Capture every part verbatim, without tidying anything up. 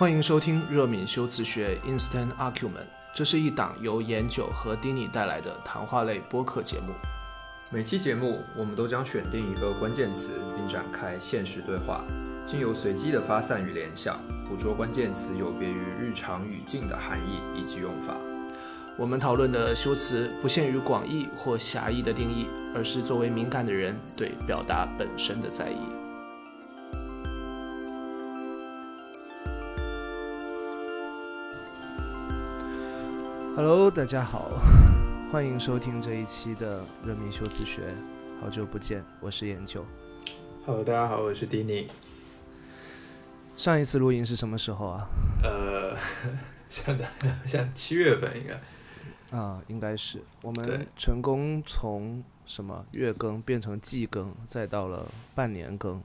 欢迎收听热敏修辞学 Instant Argument， 这是一档由研九和丁尼带来的谈话类播客节目。 每期节目我们都将选定一个关键词，并展开现实对话，经由随机的发散与联想，捕捉关键词有别于日常语境的含义以及用法。 我们讨论的修辞不限于广义或狭义的定义，而是作为敏感的人对表达本身的在意。Hello， 大家好，欢迎收听这一期的热敏修辞学。好久不见，我是研究。 Hello， 大家好，我是丁尼。 上一次录音是什么时候啊？ 呃，像的，像七月份应该。 啊，应该是我们成功从什么月更变成季更，再到了半年更。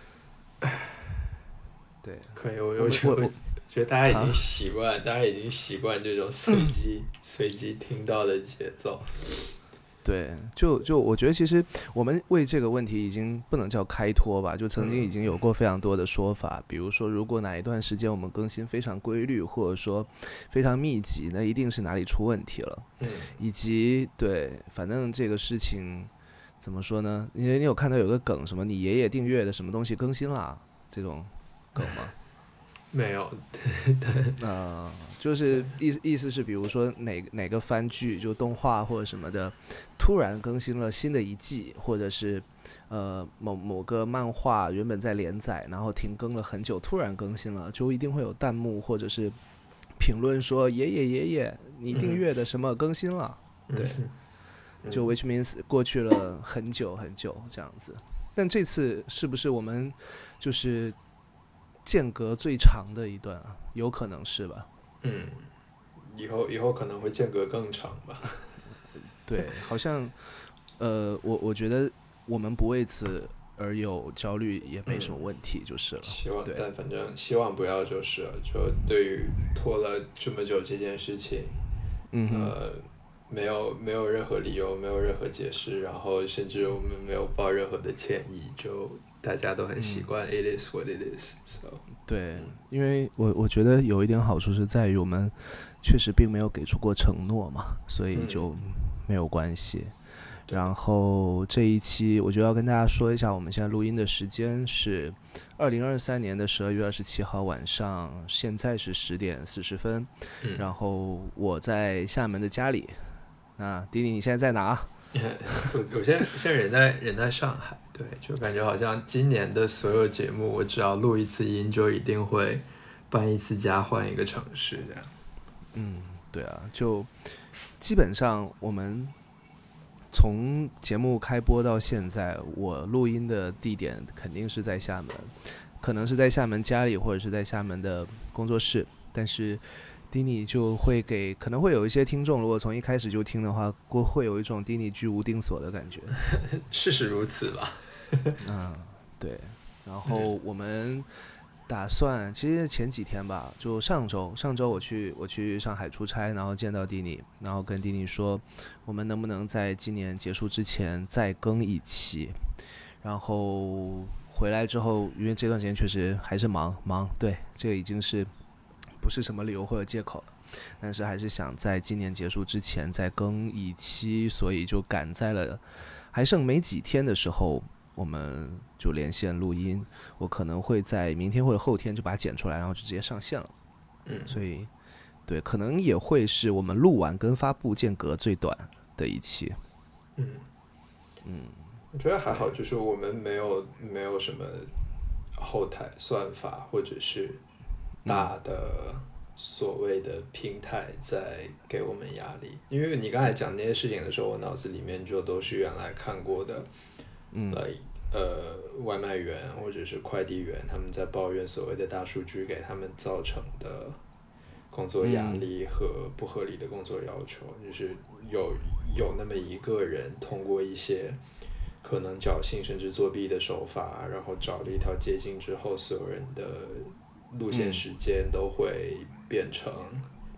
对， 可以，我我觉得。觉得大家已经习惯、啊，大家已经习惯这种随机、嗯、随机听到的节奏。 对，就就我觉得其实我们为这个问题已经不能叫开脱吧，就曾经已经有过非常多的说法，嗯、比如说如果哪一段时间我们更新非常规律，或者说非常密集，那一定是哪里出问题了。 嗯， 以及对，反正这个事情怎么说呢？因为你有看到有个梗，什么你爷爷订阅的什么东西更新了这种梗吗？ 没有， 呃，就是意意思是，比如说哪哪个番剧就动画或者什么的，突然更新了新的一季，或者是呃某某个漫画原本在连载，然后停更了很久，突然更新了，就一定会有弹幕或者是评论说爷爷爷爷，你订阅的什么更新了？嗯、对，就 which means 过去了很久很久这样子。但这次是不是我们就是间隔最长的一段啊，有可能是吧？ 嗯，以后以后可能会间隔更长吧。 对，好像，呃，我我觉得我们不为此而有焦虑也没什么问题，就是了。 嗯、希望，但反正希望不要就是了。就对于拖了这么久这件事情， 嗯呃，没有没有任何理由，没有任何解释，然后甚至我们没有抱任何的歉意，就。大家都很习惯、嗯、，it is what it is。So, 对，因为我我觉得有一点好处是在于我们确实并没有给出过承诺嘛，所以就没有关系。嗯、然后这一期我就要跟大家说一下，我们现在录音的时间是二零二三年的十二月二十七号晚上，现在是十点四十分。 嗯、 然后我在厦门的家里。那迪迪，你现在在哪？ 我我现在现在人在人在上海。对，就感觉好像今年的所有节目，我只要录一次音，就一定会搬一次家，换一个城市这样。 嗯，对啊，就基本上我们从节目开播到现在，我录音的地点肯定是在厦门，可能是在厦门家里，或者是在厦门的工作室。但是丁尼就会给，可能会有一些听众，如果从一开始就听的话，会有一种丁尼居无定所的感觉。 事实如此吧。 嗯，对。然后我们打算，其实前几天吧，就上周，上周我去我去上海出差，然后见到丁尼，然后跟丁尼说，我们能不能在今年结束之前再更一期？然后回来之后，因为这段时间确实还是忙忙，对，这个已经是不是什么理由或者借口了，但是还是想在今年结束之前再更一期，所以就赶在了还剩没几天的时候。我们就连线录音，我可能会在明天或者后天就把它剪出来，然后就直接上线了。 嗯， 所以对，可能也会是我们录完跟发布间隔最短的一期。 嗯嗯， 我觉得还好，就是我们没有没有什么后台算法或者是大的所谓的平台在给我们压力，因为你刚才讲那些事情的时候，我脑子里面就都是原来看过的。 嗯， 呃，外卖员或者是快递员，他们在抱怨所谓的大数据给他们造成的工作压力和不合理的工作要求，嗯、就是有有那么一个人通过一些可能侥幸甚至作弊的手法，然后找了一条捷径之后，所有人的路线时间都会变成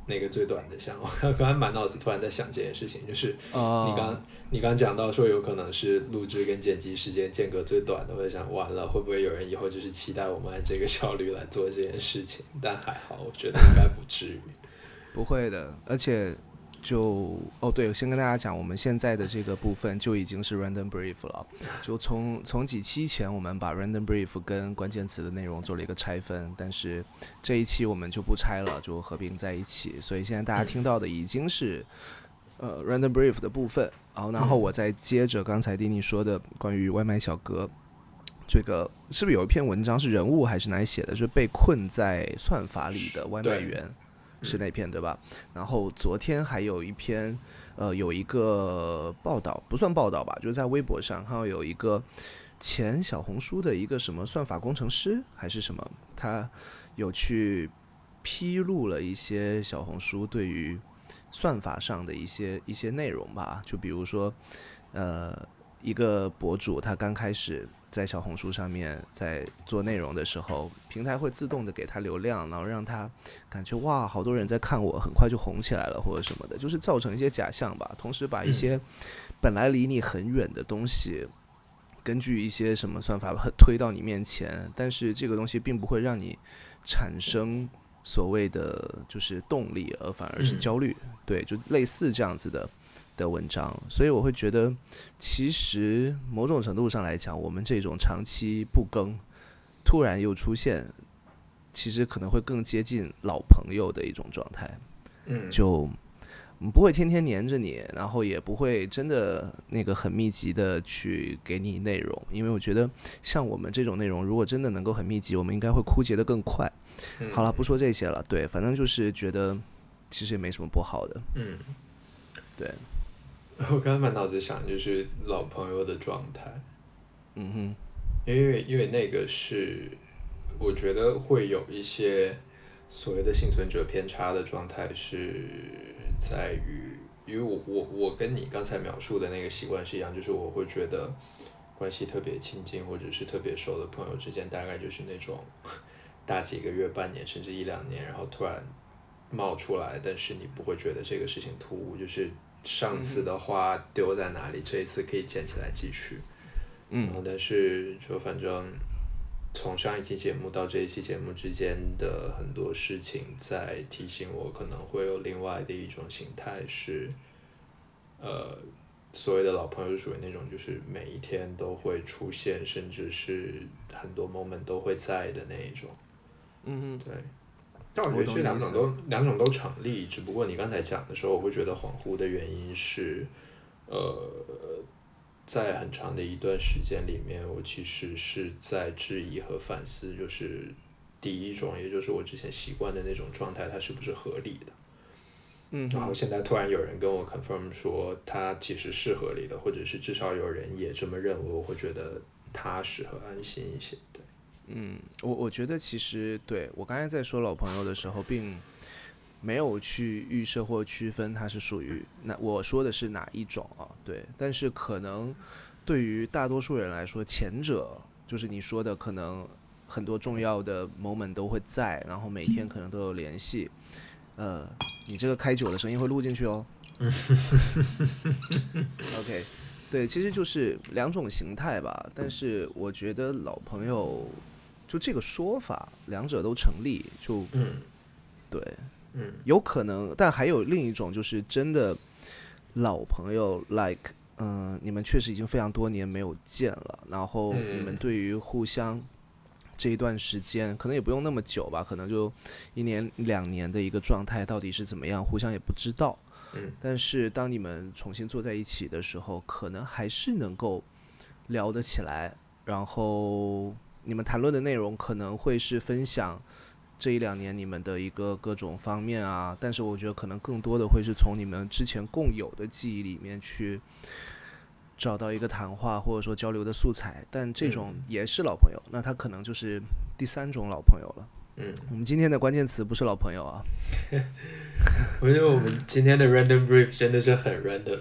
哪个最短的项？我刚刚满脑子突然在想这件事情，就是你刚、 哦、 你刚讲到说有可能是录制跟剪辑时间间隔最短的，我在想完了会不会有人以后就是期待我们按这个效率来做这件事情？但还好，我觉得应该不至于。 不会的，而且就哦对，先跟大家讲，我们现在的这个部分就已经是 random brief 了。就从从几期前，我们把 random brief 跟关键词的内容做了一个拆分，但是这一期我们就不拆了，就合并在一起。所以现在大家听到的已经是呃 random brief 的部分。然后，然后我再接着刚才丁尼说的关于外卖小哥。这个是不是有一篇文章是人物还是哪里写的？就是被困在算法里的外卖员，是那篇对吧？然后昨天还有一篇，呃，有一个报道，不算报道吧，就是在微博上看到有一个前小红书的一个什么算法工程师还是什么，他有去披露了一些小红书对于算法上的一些一些内容吧，就比如说，呃，一个博主他刚开始在小红书上面在做内容的时候，平台会自动的给他流量，然后让他感觉哇好多人在看我，很快就红起来了或者什么的，就是造成一些假象吧。同时把一些本来离你很远的东西，根据一些什么算法推到你面前，但是这个东西并不会让你产生所谓的就是动力，而反而是焦虑。对，就类似这样子的的文章，所以我会觉得，其实某种程度上来讲，我们这种长期不更，突然又出现，其实可能会更接近老朋友的一种状态。 嗯， 就不会天天黏着你，然后也不会真的那个很密集的去给你内容，因为我觉得像我们这种内容，如果真的能够很密集，我们应该会枯竭的更快。 嗯、 好了，不说这些了，对，反正就是觉得其实也没什么不好的。 嗯， 对。 我刚刚满脑子想就是老朋友的状态， 嗯哼， 因为因为那个是我觉得会有一些所谓的幸存者偏差的状态，是在于，因为我我我跟你刚才描述的那个习惯是一样，就是我会觉得关系特别亲近或者是特别熟的朋友之间，大概就是那种大几个月、半年甚至一两年，然后突然冒出来，但是你不会觉得这个事情突兀，就是上次的话丢在哪里，这一次可以捡起来继续。 嗯， 然后但是就反正从上一期节目到这一期节目之间的很多事情，在提醒我可能会有另外的一种形态是，呃，所谓的老朋友是属于那种就是每一天都会出现，甚至是很多 moment 都会在的那一种。 嗯哼， 对。但我觉得这两种都两种都成立，只不过你刚才讲的时候，我会觉得恍惚的原因是，呃，在很长的一段时间里面，我其实是在质疑和反思，就是第一种，也就是我之前习惯的那种状态，它是不是合理的。 嗯， 然后现在突然有人跟我 confirm 说它其实是合理的，或者是至少有人也这么认为，我会觉得踏实和安心一些。对。 嗯，我我觉得其实对我刚才在说老朋友的时候，并没有去预设或区分它是属于那我说的是哪一种啊？对，但是可能对于大多数人来说，前者就是你说的，可能很多重要的 moment 都会在，然后每天可能都有联系。呃，你这个开酒的声音会录进去哦。OK， 对，其实就是两种形态吧，但是我觉得老朋友。就这个说法，两者都成立，就， 嗯， 对， 嗯， 有可能，但还有另一种，就是真的老朋友 ，like， 嗯、呃，你们确实已经非常多年没有见了，然后你们对于互相这一段时间，可能也不用那么久吧，可能就一年两年的一个状态到底是怎么样，互相也不知道。 嗯， 但是当你们重新坐在一起的时候，可能还是能够聊得起来，然后。你们谈论的内容可能会是分享这一两年你们的一个各种方面啊，但是我觉得可能更多的会是从你们之前共有的记忆里面去找到一个谈话或者说交流的素材，但这种也是老朋友，那他可能就是第三种老朋友了。 嗯， 我们今天的关键词不是老朋友啊。 我觉得我们今天的 random brief 真的是很 random。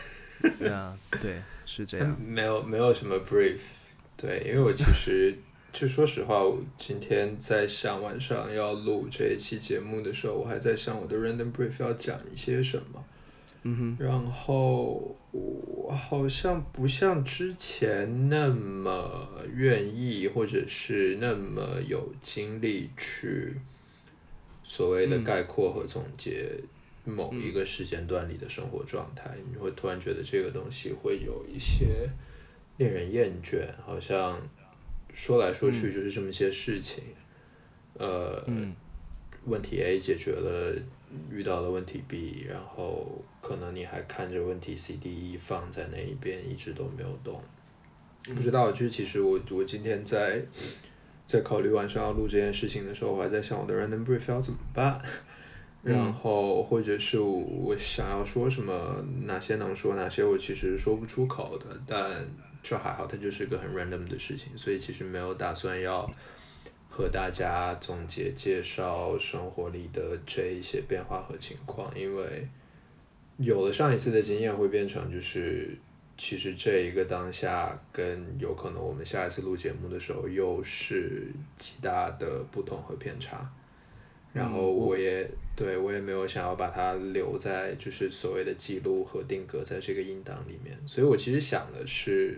对啊，对，是这样。 没有没有什么 brief。对，因为我其实就说实话，我今天在想晚上要录这一期节目的时候，我还在想我的 random brief 要讲一些什么。 嗯哼。 然后我好像不像之前那么愿意，或者是那么有精力去所谓的概括和总结某一个时间段里的生活状态。嗯、你会突然觉得这个东西会有一些令人厌倦，好像。说来说去就是这么些事情，嗯、呃、嗯，问题 A 解决了，遇到了问题 B， 然后可能你还看着问题 C D E 放在那一边，一直都没有动。嗯、不知道，就是其实我我今天在在考虑晚上要录这件事情的时候，我还在想我的 random brief 要怎么办，嗯、然后或者是我想要说什么，哪些能说，哪些我其实说不出口的，但。这还好，它就是个很 random 的事情，所以其实没有打算要和大家总结介绍生活里的这一些变化和情况，因为有了上一次的经验会变成就是其实这一个当下跟有可能我们下一次录节目的时候又是极大的不同和偏差，然后我也、嗯、对我也没有想要把它留在就是所谓的记录和定格在这个音档里面，所以我其实想的是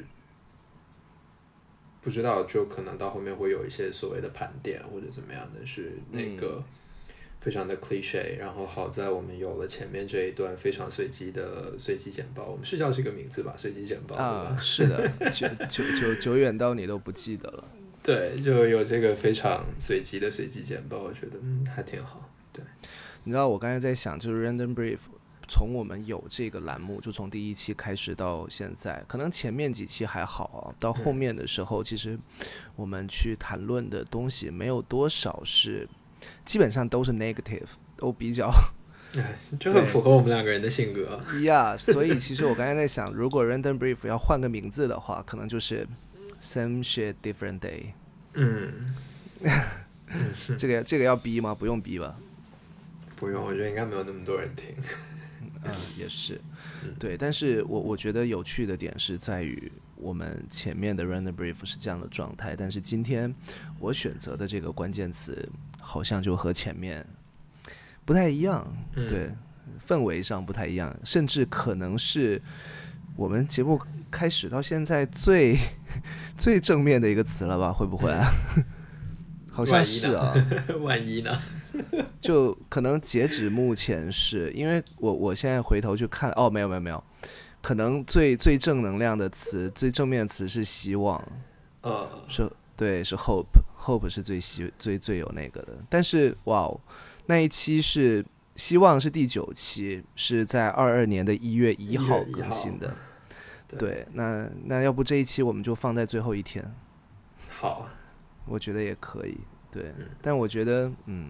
不知道就可能到后面会有一些所谓的盘点或者怎么样的，是那个非常的 cliche、嗯、然后好在我们有了前面这一段非常随机的随机简报，我们是叫这个名字吧，随机简报、 啊、对吧？是的，久久久久远到你都不记得了。 对，就有这个非常随机的随机简报，我觉得嗯还挺好。对， 你知道我刚才在想，就是 random brief 从我们有这个栏目，就从第一期开始到现在，可能前面几期还好啊，到后面的时候，嗯、其实我们去谈论的东西没有多少是，基本上都是 negative， 都比较。 这很符合我们两个人的性格。 Yeah， 所以其实我刚才在想，如果 random brief 要换个名字的话，可能就是。Same shit, different day。 嗯， 这个这个要逼吗？不用逼吧？ 不用，我觉得应该没有那么多人听。 嗯，也是，对。但是我我觉得有趣的点是在于，我们前面的 random brief 是这样的状态，但是今天我选择的这个关键词好像就和前面不太一样， 嗯、 对，氛围上不太一样，甚至可能是我们节目开始到现在最最正面的一个词了吧？会不会、啊？好像是啊。 万一呢？ 就可能截止目前是因为我我现在回头去看，哦，没有没有没有，可能最最正能量的词、最正面的词是希望， 呃， 是对，是 hope，hope 是最希最最有那个的。但是哇哦，那一期是希望是第九期，是在二二年的一月一号更新的。对，对，那那要不这一期我们就放在最后一天。 好， 我觉得也可以。对， 嗯、 但我觉得，嗯，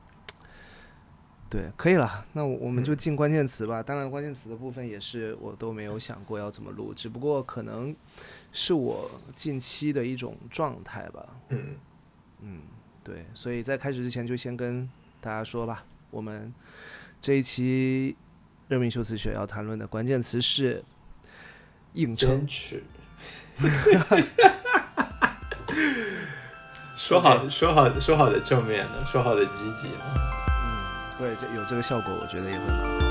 对，可以了。那我们就进关键词吧。嗯、当然，关键词的部分也是我都没有想过要怎么录，只不过可能是我近期的一种状态吧。 嗯嗯，对。所以在开始之前，就先跟大家说吧，我们这一期热命修辞学要谈论的关键词是硬撑。 坚持。说好说好说好的正面的，说好的积极的， 嗯，对，这有这个效果，我觉得也会很好。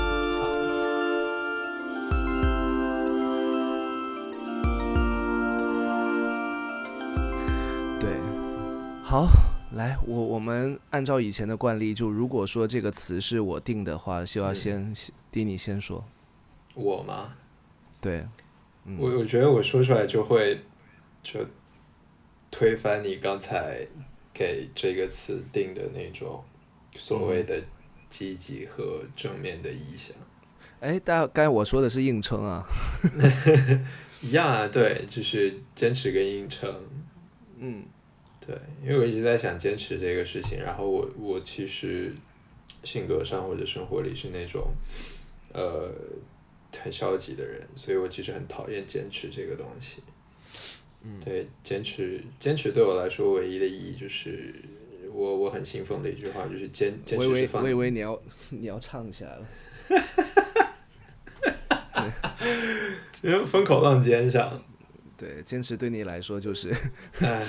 对，好，来，我我们按照以前的惯例，就如果说这个词是我定的话，希望先蒂尼、嗯、先说。 我吗？ 对， 嗯、我我觉得我说出来就会就。推翻你刚才给这个词定的那种所谓的积极和正面的意象。 哎，大概我说的是硬撑啊。 一样啊，对，就是坚持跟硬撑。 嗯， 对，因为我一直在想坚持这个事情，然后我我其实性格上或者生活里是那种呃很消极的人，所以我其实很讨厌坚持这个东西。对，坚持坚持对我来说唯一的意义就是我我很信奉的一句话，就是坚坚持是放。 我以为你要你要唱起来了。 因为风口浪尖上。 对，坚持对你来说就是。 唉，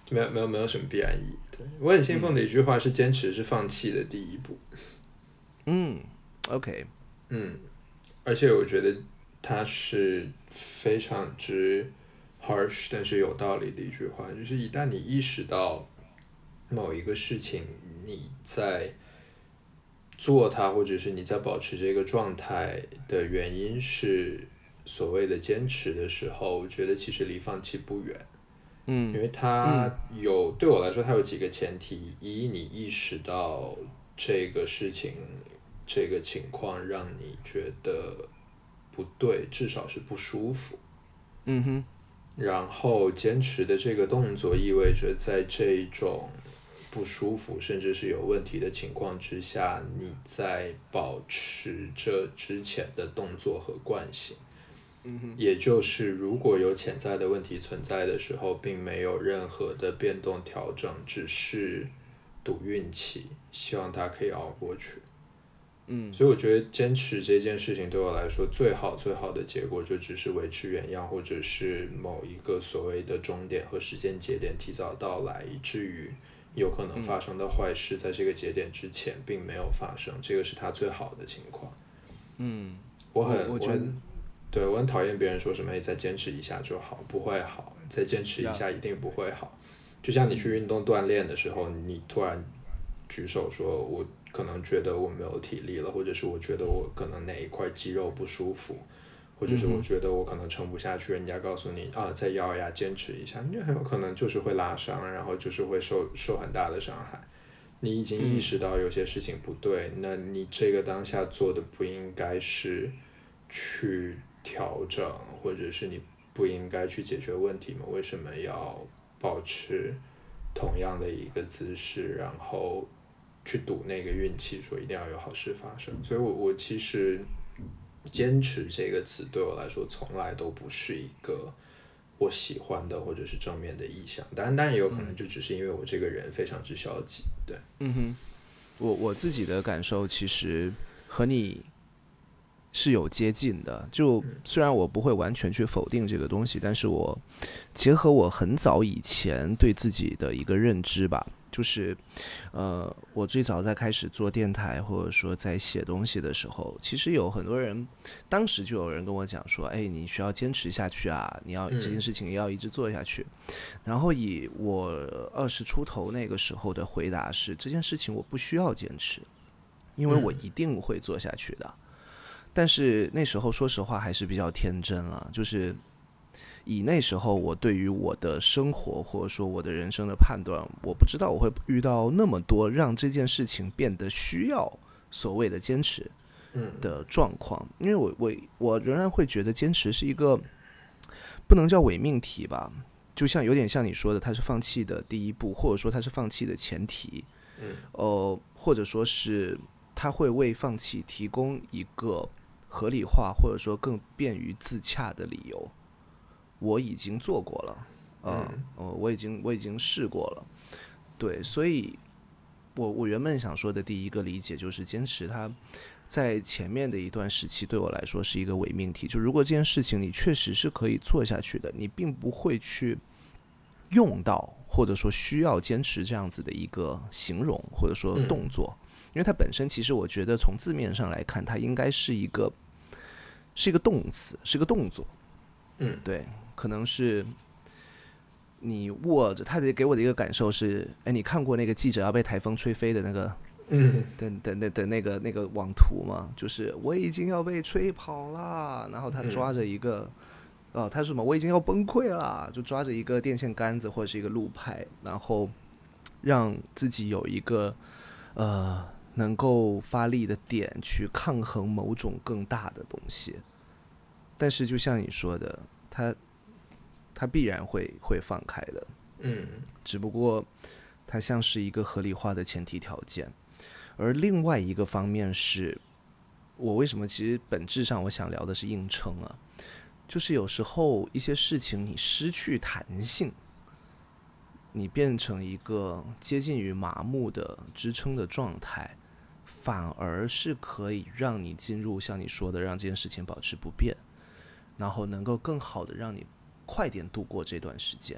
没有没有没有什么必然意义。对，我很信奉的一句话是：坚持是放弃的第一步。 嗯 ，OK， 嗯，而且我觉得它是非常之 harsh， 但是有道理的一句话，就是一旦你意识到某一个事情你在做它，或者是你在保持这个状态的原因是所谓的坚持的时候，我觉得其实离放弃不远。 嗯， 因为它有、嗯、对我来说，它有几个前提：一，你意识到这个事情、这个情况让你觉得不对，至少是不舒服。 嗯哼。 然后坚持的这个动作意味着，在这种不舒服甚至是有问题的情况之下，你在保持着之前的动作和惯性。也就是如果有潜在的问题存在的时候，并没有任何的变动调整，只是赌运气，希望它可以熬过去。 嗯， 所以我觉得坚持这件事情对我来说，最好最好的结果就只是维持原样，或者是某一个所谓的终点和时间节点提早到来，以至于有可能发生的坏事在这个节点之前并没有发生，这个是它最好的情况。 嗯， 我很我觉得对，我很讨厌别人说什么“哎，再坚持一下就好”，不会好，再坚持一下一定不会好。就像你去运动锻炼的时候，你突然举手说“我可能觉得我没有体力了”，或者是我觉得我可能哪一块肌肉不舒服，或者是我觉得我可能撑不下去，人家告诉你啊，再咬牙坚持一下，你很有可能就是会拉伤，然后就是会受受很大的伤害。你已经意识到有些事情不对，嗯、那你这个当下做的不应该是去调整，或者是你不应该去解决问题吗？为什么要保持同样的一个姿势，然后去赌那个运气，说一定要有好事发生？所以我我其实坚持这个词对我来说从来都不是一个我喜欢的或者是正面的意象，当然当然也有可能就只是因为我这个人非常之消极。对， 嗯哼，我我自己的感受其实和你是有接近的，就虽然我不会完全去否定这个东西，但是我结合我很早以前对自己的一个认知吧，就是呃，我最早在开始做电台或者说在写东西的时候，其实有很多人，当时就有人跟我讲说，哎，你需要坚持下去啊，你要这件事情要一直做下去。然后以我二十出头那个时候的回答是，这件事情我不需要坚持，因为我一定会做下去的。但是那时候说实话还是比较天真了，就是以那时候我对于我的生活或者说我的人生的判断，我不知道我会遇到那么多让这件事情变得需要所谓的坚持的状况，因为我我我仍然会觉得坚持是一个不能叫伪命题吧，就像有点像你说的，它是放弃的第一步，或者说它是放弃的前提，呃，或者说是它会为放弃提供一个合理化或者说更便于自洽的理由。我已经做过了，呃、嗯，呃，我已经我已经试过了，对，所以我我原本想说的第一个理解就是坚持它在前面的一段时期对我来说是一个伪命题，就如果这件事情你确实是可以做下去的，你并不会去用到或者说需要坚持这样子的一个形容或者说动作，嗯，因为它本身其实我觉得从字面上来看，它应该是一个是一个动词，是一个动作， 嗯， 对，可能是你握着，他给我的一个感受是，哎，你看过那个记者要被台风吹飞的那个， 嗯， 的的的的那个那个网图吗？就是我已经要被吹跑了，然后他抓着一个，嗯，哦，他是什么？我已经要崩溃了，就抓着一个电线杆子或者是一个路牌，然后让自己有一个呃能够发力的点去抗衡某种更大的东西。但是就像你说的，他他必然会会放开的， 嗯， 只不过它像是一个合理化的前提条件。而另外一个方面是，我为什么其实本质上我想聊的是硬撑啊，就是有时候一些事情你失去弹性，你变成一个接近于麻木的支撑的状态，反而是可以让你进入像你说的让这件事情保持不变，然后能够更好的让你快点度过这段时间，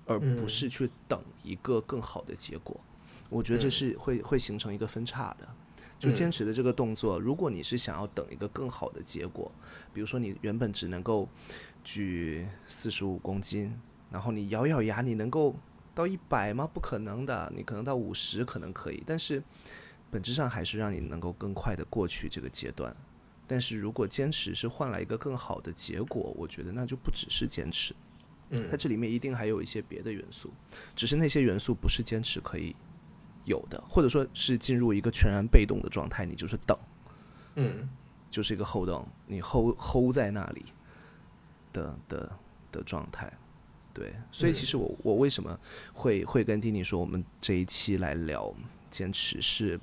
而不是去等一个更好的结果。我觉得这是会会形成一个分叉的。就坚持的这个动作，如果你是想要等一个更好的结果，比如说你原本只能够举四十五公斤，然后你咬咬牙你能够到一百吗？不可能的，你可能到五十可能可以，但是本质上还是让你能够更快的过去这个阶段。但是如果坚持是换来一个更好的结果，我觉得那就不只是坚持， 嗯， 它这里面一定还有一些别的元素，只是那些元素不是坚持可以有的，或者说是进入一个全然被动的状态，你就是等， 嗯， 就是一个 hold on， 你 hold hold 在那里的的的状态。对，所以其实我我为什么会会跟丁妮说，我们这一期来聊坚持，是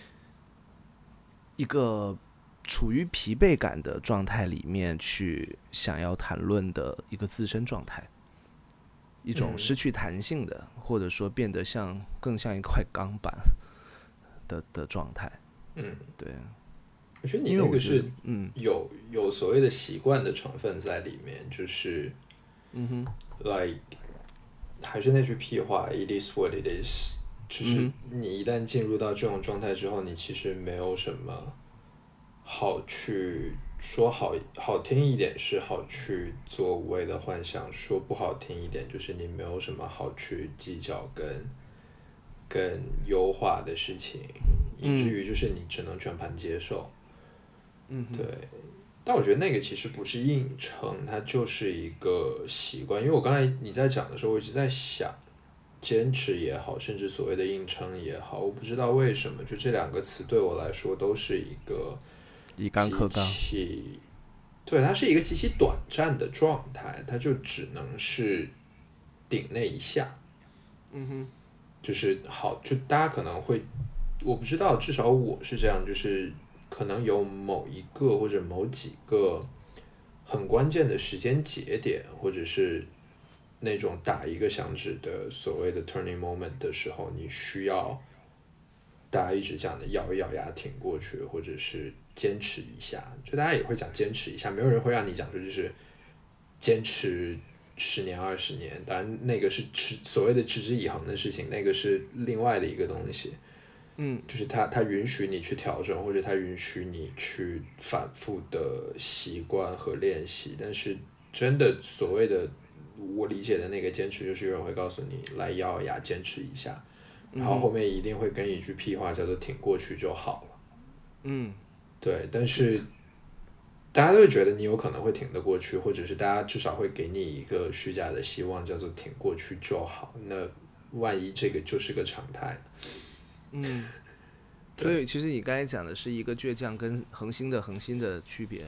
一个处于疲惫感的状态里面去想要谈论的一个自身状态，一种失去弹性的，或者说变得像更像一块钢板的的状态。 嗯， 对。 我觉得你那个是嗯有有所谓的习惯的成分在里面，就是嗯哼 ，like 还是那句屁话 ，it is what it is。就是你一旦进入到这种状态之后，你其实没有什么好去说好好听一点是好去做无谓的幻想，说不好听一点就是你没有什么好去计较跟跟优化的事情，以至于就是你只能全盘接受。 嗯， 对。但我觉得那个其实不是硬撑，它就是一个习惯。因为我刚才你在讲的时候，我一直在想，坚持也好，甚至所谓的硬撑也好，我不知道为什么，就这两个词对我来说都是一个以刚克刚， 对，它是一个极其短暂的状态，它就只能是顶那一下。 嗯哼， 就是好，就大家可能会，我不知道，至少我是这样，就是可能有某一个或者某几个很关键的时间节点，或者是那种打一个响指的所谓的 turning moment 的时候，你需要大家一直讲的咬一咬牙挺过去，或者是坚持一下。就大家也会讲坚持一下，没有人会让你讲说就是坚持十年二十年，当然那个是持所谓的持之以恒的事情，那个是另外的一个东西。 嗯， 就是它它允许你去调整，或者它允许你去反复的习惯和练习。但是真的所谓的我理解的那个坚持，就是有人会告诉你来咬咬牙坚持一下，然后后面一定会跟一句屁话叫做挺过去就好了。 嗯， 对，但是大家都会觉得你有可能会挺得过去，或者是大家至少会给你一个虚假的希望，叫做挺过去就好。那万一这个就是个常态， 嗯，所以其实你刚才讲的是一个倔强跟恒心的恒心的区别，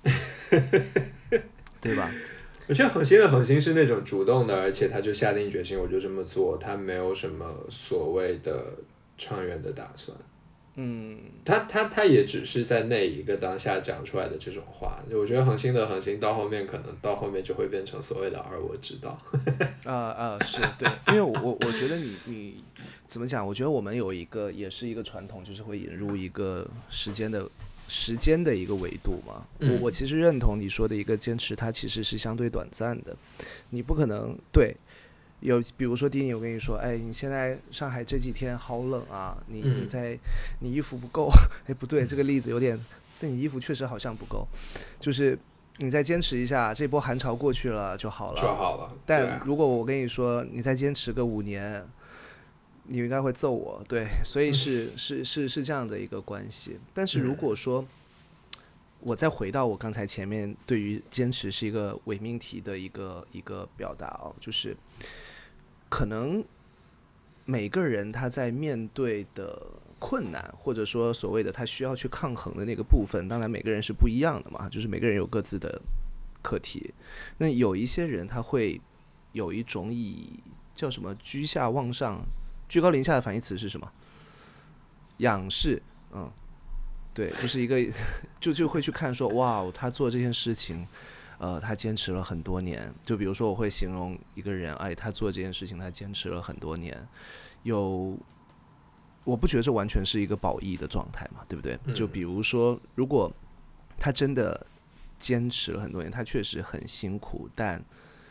对吧？ 我觉得恒心的恒心是那种主动的，而且他就下定决心我就这么做，他没有什么所谓的长远的打算。 嗯， 他他他也只是在那一个当下讲出来的这种话，我觉得恒心的恒心到后面可能到后面就会变成所谓的而我知道。 啊啊，是对，因为我我我觉得你你怎么讲？我觉得我们有一个也是一个传统，就是会引入一个时间的时间的一个维度嘛。 嗯、 我我其实认同你说的一个坚持，它其实是相对短暂的，你不可能对。有比如说第一年我跟你说，哎，你现在上海这几天好冷啊，你你在你衣服不够，哎不对，这个例子有点，但你衣服确实好像不够，就是你再坚持一下，这波寒潮过去了就好了， 就好了。 但如果我跟你说，你再坚持个五年，你应该会揍我，对，所以是是是是这样的一个关系。但是如果说我再回到我刚才前面对于坚持是一个伪命题的一个一个表达哦，就是可能每个人他在面对的困难，或者说所谓的他需要去抗衡的那个部分，当然每个人是不一样的嘛，就是每个人有各自的课题。那有一些人他会有一种以叫什么居下望上，居高临下的反义词是什么？仰视，嗯，对，就是一个就就会去看说，哇，他做这件事情。呃，他坚持了很多年，就比如说我会形容一个人，哎，他做这件事情他坚持了很多年，有，我不觉得这完全是一个褒义的状态嘛，对不对？就比如说，如果他真的坚持了很多年，他确实很辛苦，但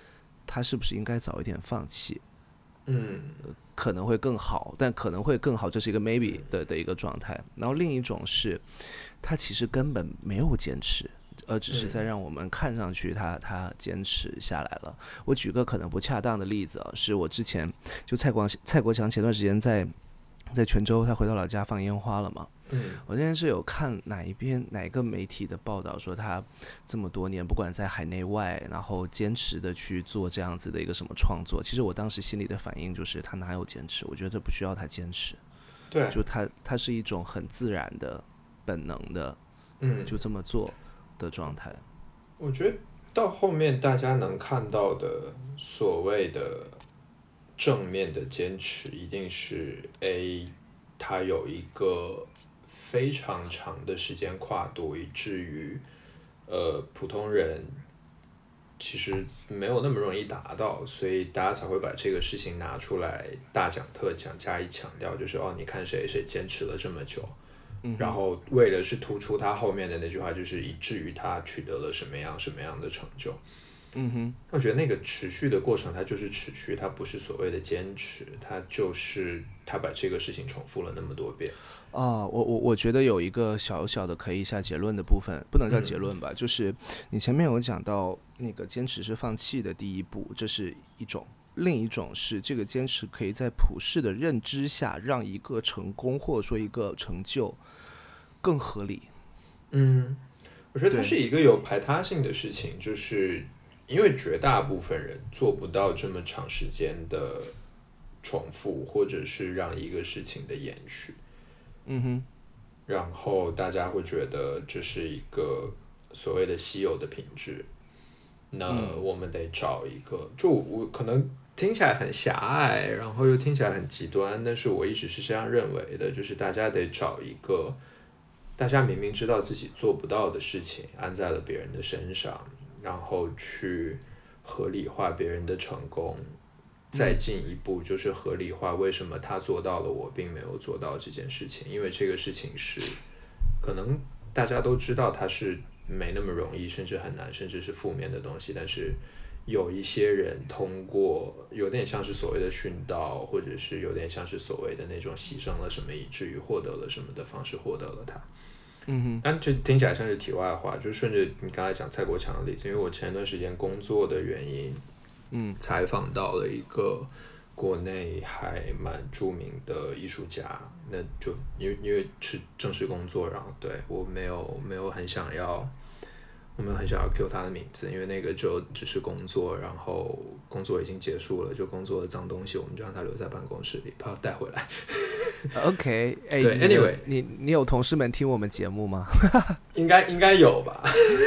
他是不是应该早一点放弃？ 嗯， 可能会更好，但可能会更好，这是一个 maybe 的的一个状态。然后另一种是，他其实根本没有坚持，而只是在让我们看上去他他坚持下来了。我举个可能不恰当的例子啊，是我之前就蔡国蔡国强前段时间在在泉州，他回到老家放烟花了嘛。 嗯， 我之前是有看哪一篇哪一个媒体的报道，说他这么多年不管在海内外，然后坚持的去做这样子的一个什么创作。其实我当时心里的反应就是他哪有坚持？我觉得不需要他坚持， 对， 就他他是一种很自然的、本能的， 嗯， 就这么做的状态。 我觉得到后面大家能看到的所谓的正面的坚持，一定是 A， 他有一个非常长的时间跨度，以至于呃普通人其实没有那么容易达到，所以大家才会把这个事情拿出来大讲特讲，加以强调，就是哦，你看谁谁坚持了这么久， 嗯、 然后为了是突出他后面的那句话，就是以至于他取得了什么样什么样的成就。 嗯哼， 我觉得那个持续的过程，它就是持续，它不是所谓的坚持，它就是他把这个事情重复了那么多遍。 啊，我我我觉得有一个小小的可以下结论的部分，不能叫结论吧，嗯、就是你前面有讲到那个坚持是放弃的第一步，这是一种；另一种是这个坚持可以在普世的认知下，让一个成功或者说一个成就更合理。 嗯，我觉得它是一个有排他性的事情，就是因为绝大部分人做不到这么长时间的重复，或者是让一个事情的延续。 嗯哼， 然后大家会觉得这是一个所谓的稀有的品质，那我们得找一个，就我可能听起来很狭隘，然后又听起来很极端，但是我一直是这样认为的，就是大家得找一个大家明明知道自己做不到的事情，安在了别人的身上，然后去合理化别人的成功，再进一步就是合理化为什么他做到了我并没有做到这件事情，因为这个事情是可能大家都知道它是没那么容易，甚至很难，甚至是负面的东西，但是有一些人通过有点像是所谓的殉道，或者是有点像是所谓的那种牺牲了什么以至于获得了什么的方式获得了它。 嗯哼， 但这听起来像是题外话，就顺着你刚才讲蔡国强的例子，因为我前段时间工作的原因，嗯，采访到了一个国内还蛮著名的艺术家，那就因为因为是正式工作，然后对我没有没有很想要，我没有很想要 cue 他的名字，因为那个就只是工作，然后工作已经结束了，就工作的脏东西我们就让他留在办公室里，怕带回来。 OK， 哎、欸， 对 ，Anyway， 你你有同事们听我们节目吗？ 应该应该有吧。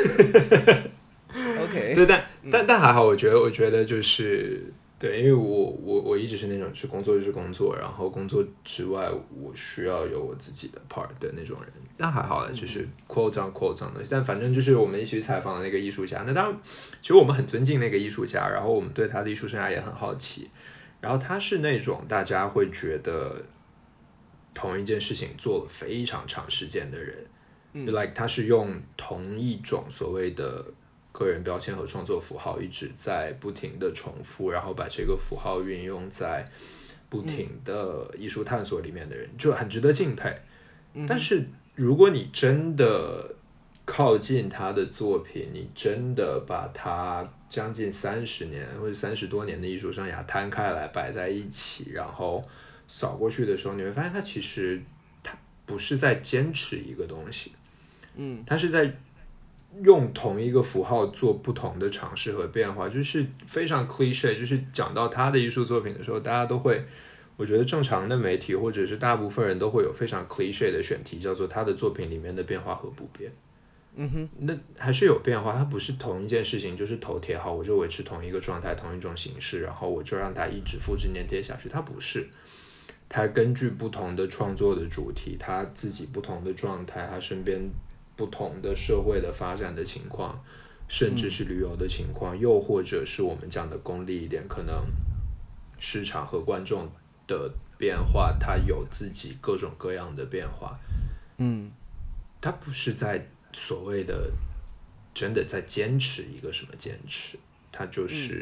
OK， 对，但但但还好，我觉得我觉得就是对，因为我我我一直是那种是工作就是工作，然后工作之外我需要有我自己的 part 的那种人。但还好了，就是 quote on quote on 的，但反正就是我们一起去采访的那个艺术家，那当然其实我们很尊敬那个艺术家，然后我们对他的艺术生涯也很好奇，然后他是那种大家会觉得同一件事情做了非常长时间的人，嗯 like 他是用同一种所谓的个人标签和创作符号一直在不停的重复，然后把这个符号运用在不停的艺术探索里面的人，就很值得敬佩。但是如果你真的靠近他的作品，你真的把他将近三十年或者三十多年的艺术生涯摊开来摆在一起，然后扫过去的时候，你会发现他其实他不是在坚持一个东西，嗯，他是在用同一个符号做不同的尝试和变化，就是非常 cliché。就是讲到他的艺术作品的时候，大家都会，我觉得正常的媒体或者是大部分人都会有非常 cliché 的选题，叫做他的作品里面的变化和不变。嗯哼，那还是有变化，它不是同一件事情，就是头贴好，我就维持同一个状态、同一种形式，然后我就让它一直复制粘贴下去。它不是，它根据不同的创作的主题，他自己不同的状态，他身边不同的社会的发展的情况，甚至是旅游的情况，嗯、又或者是我们讲的功利一点，可能市场和观众的变化，它有自己各种各样的变化。嗯，它不是在所谓的真的在坚持一个什么坚持，它就是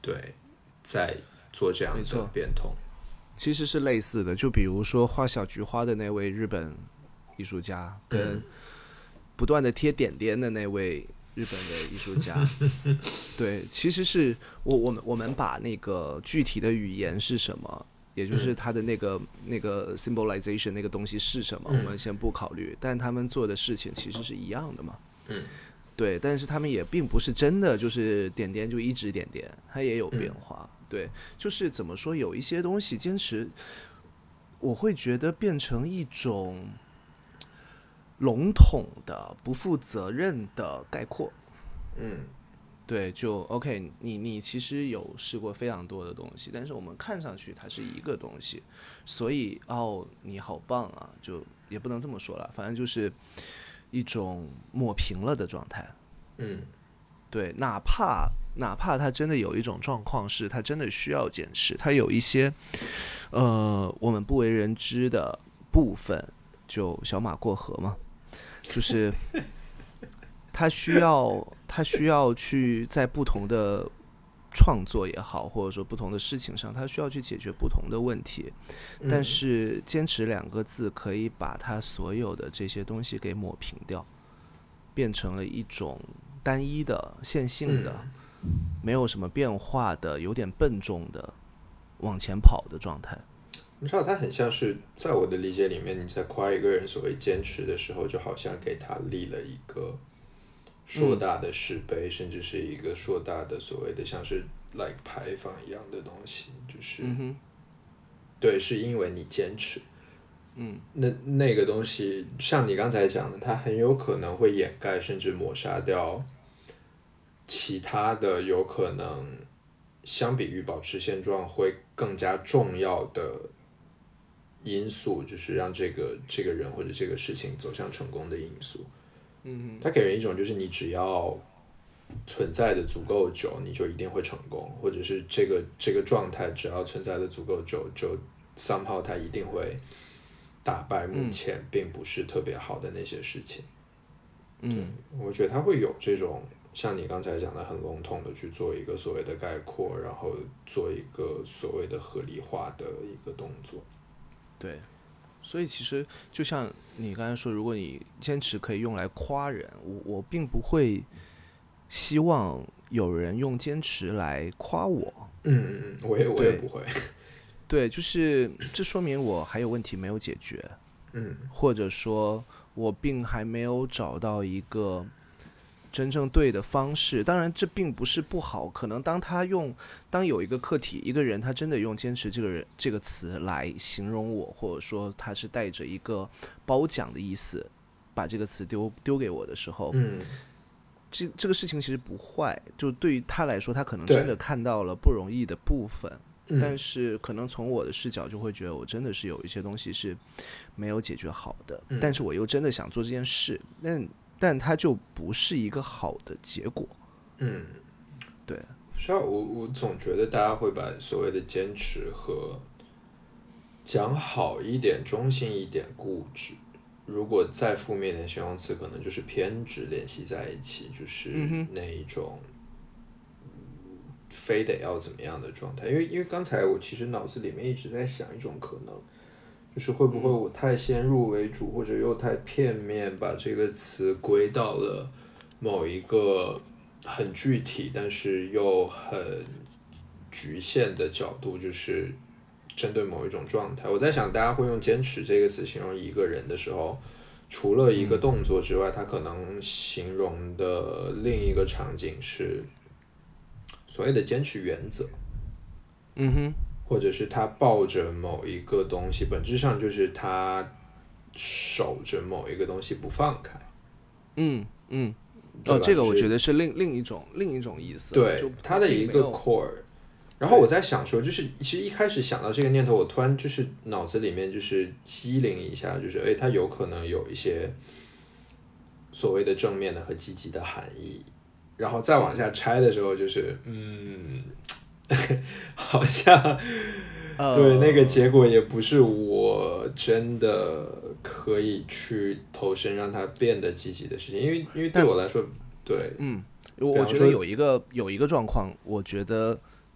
对，在做这样的变通。 其实是类似的，就比如说画小菊花的那位日本艺术家，跟不断的贴点点的那位日本的艺术家，对，其实是我我们我们把那个具体的语言是什么，也就是它的那个、嗯、那个 symbolization 那个东西是什么，我们先不考虑，但他们做的事情其实是一样的嘛。 嗯， 对，但是他们也并不是真的就是点点就一直点点，它也有变化。嗯，对，就是怎么说，有一些东西坚持，我会觉得变成一种笼统的、不负责任的概括。 嗯， 对，就 OK， 你你其实有试过非常多的东西，但是我们看上去它是一个东西，所以哦，你好棒啊，就也不能这么说了，反正就是一种抹平了的状态。 嗯， 对，哪怕哪怕他真的有一种状况是他真的需要坚持，他有一些呃我们不为人知的部分，就小马过河嘛，就是他需要他需要去在不同的创作也好，或者说不同的事情上，他需要去解决不同的问题，但是坚持两个字可以把他所有的这些东西给抹平掉，变成了一种单一的线性的、嗯、没有什么变化的有点笨重的往前跑的状态。 你知道它很像是在我的理解里面，你在夸一个人所谓坚持的时候，就好像给他立了一个硕大的石碑、嗯、甚至是一个硕大的所谓的像是 like 牌坊一样的东西，就是、嗯、对，是因为你坚持。 嗯， 那那个东西像你刚才讲的，它很有可能会掩盖甚至抹杀掉其他的有可能相比于保持现状会更加重要的因素，就是让这个这个人或者这个事情走向成功的因素。 嗯， 它给人一种就是你只要存在的足够久，你就一定会成功，或者是这个这个状态只要存在的足够久，就 somehow 它一定会打败目前并不是特别好的那些事情。 嗯， 我觉得他会有这种像你刚才讲的很笼统的去做一个所谓的概括，然后做一个所谓的合理化的一个动作。 对，所以其实就像你刚才说，如果你坚持可以用来夸人，我我并不会希望有人用坚持来夸我。 嗯嗯嗯，我也我也不会。 对，就是这说明我还有问题没有解决， 嗯， 或者说我并还没有找到一个真正对的方式。当然这并不是不好，可能当他用当有一个客体一个人他真的用坚持这个人这个词来形容我，或者说他是带着一个褒奖的意思把这个词丢丢给我的时候， 嗯， 这这个事情其实不坏，就对于他来说他可能真的看到了不容易的部分，但是可能从我的视角就会觉得我真的是有一些东西是没有解决好的， 嗯、 但是我又真的想做这件事，但但它就不是一个好的结果。 嗯， 对， 是啊，我我总觉得大家会把所谓的坚持和讲好一点、中性一点、固执，如果再负面的形容词，可能就是偏执联系在一起，就是那一种。非得要怎么样的状态？因为因为刚才我其实脑子里面一直在想一种可能，就是会不会我太先入为主，或者又太片面，把这个词归到了某一个很具体但是又很局限的角度，就是针对某一种状态。我在想，大家会用坚持这个词形容一个人的时候，除了一个动作之外，他可能形容的另一个场景是所谓的坚持原则， 嗯哼， 或者是他抱着某一个东西，本质上就是他守着某一个东西不放开。 嗯嗯，哦，这个我觉得是另另一种另一种意思。 对，他的一个 core。然后我在想说，就是其实一开始想到这个念头，我突然就是脑子里面就是机灵一下，就是哎，它有可能有一些所谓的正面的和积极的含义。然后再往下拆的时候，就是嗯，好像、uh, 对那个结果也不是我真的可以去投身让它变得积极的事情，因为因为对我来说，对， 嗯，我觉得有一个有一个状况，我觉得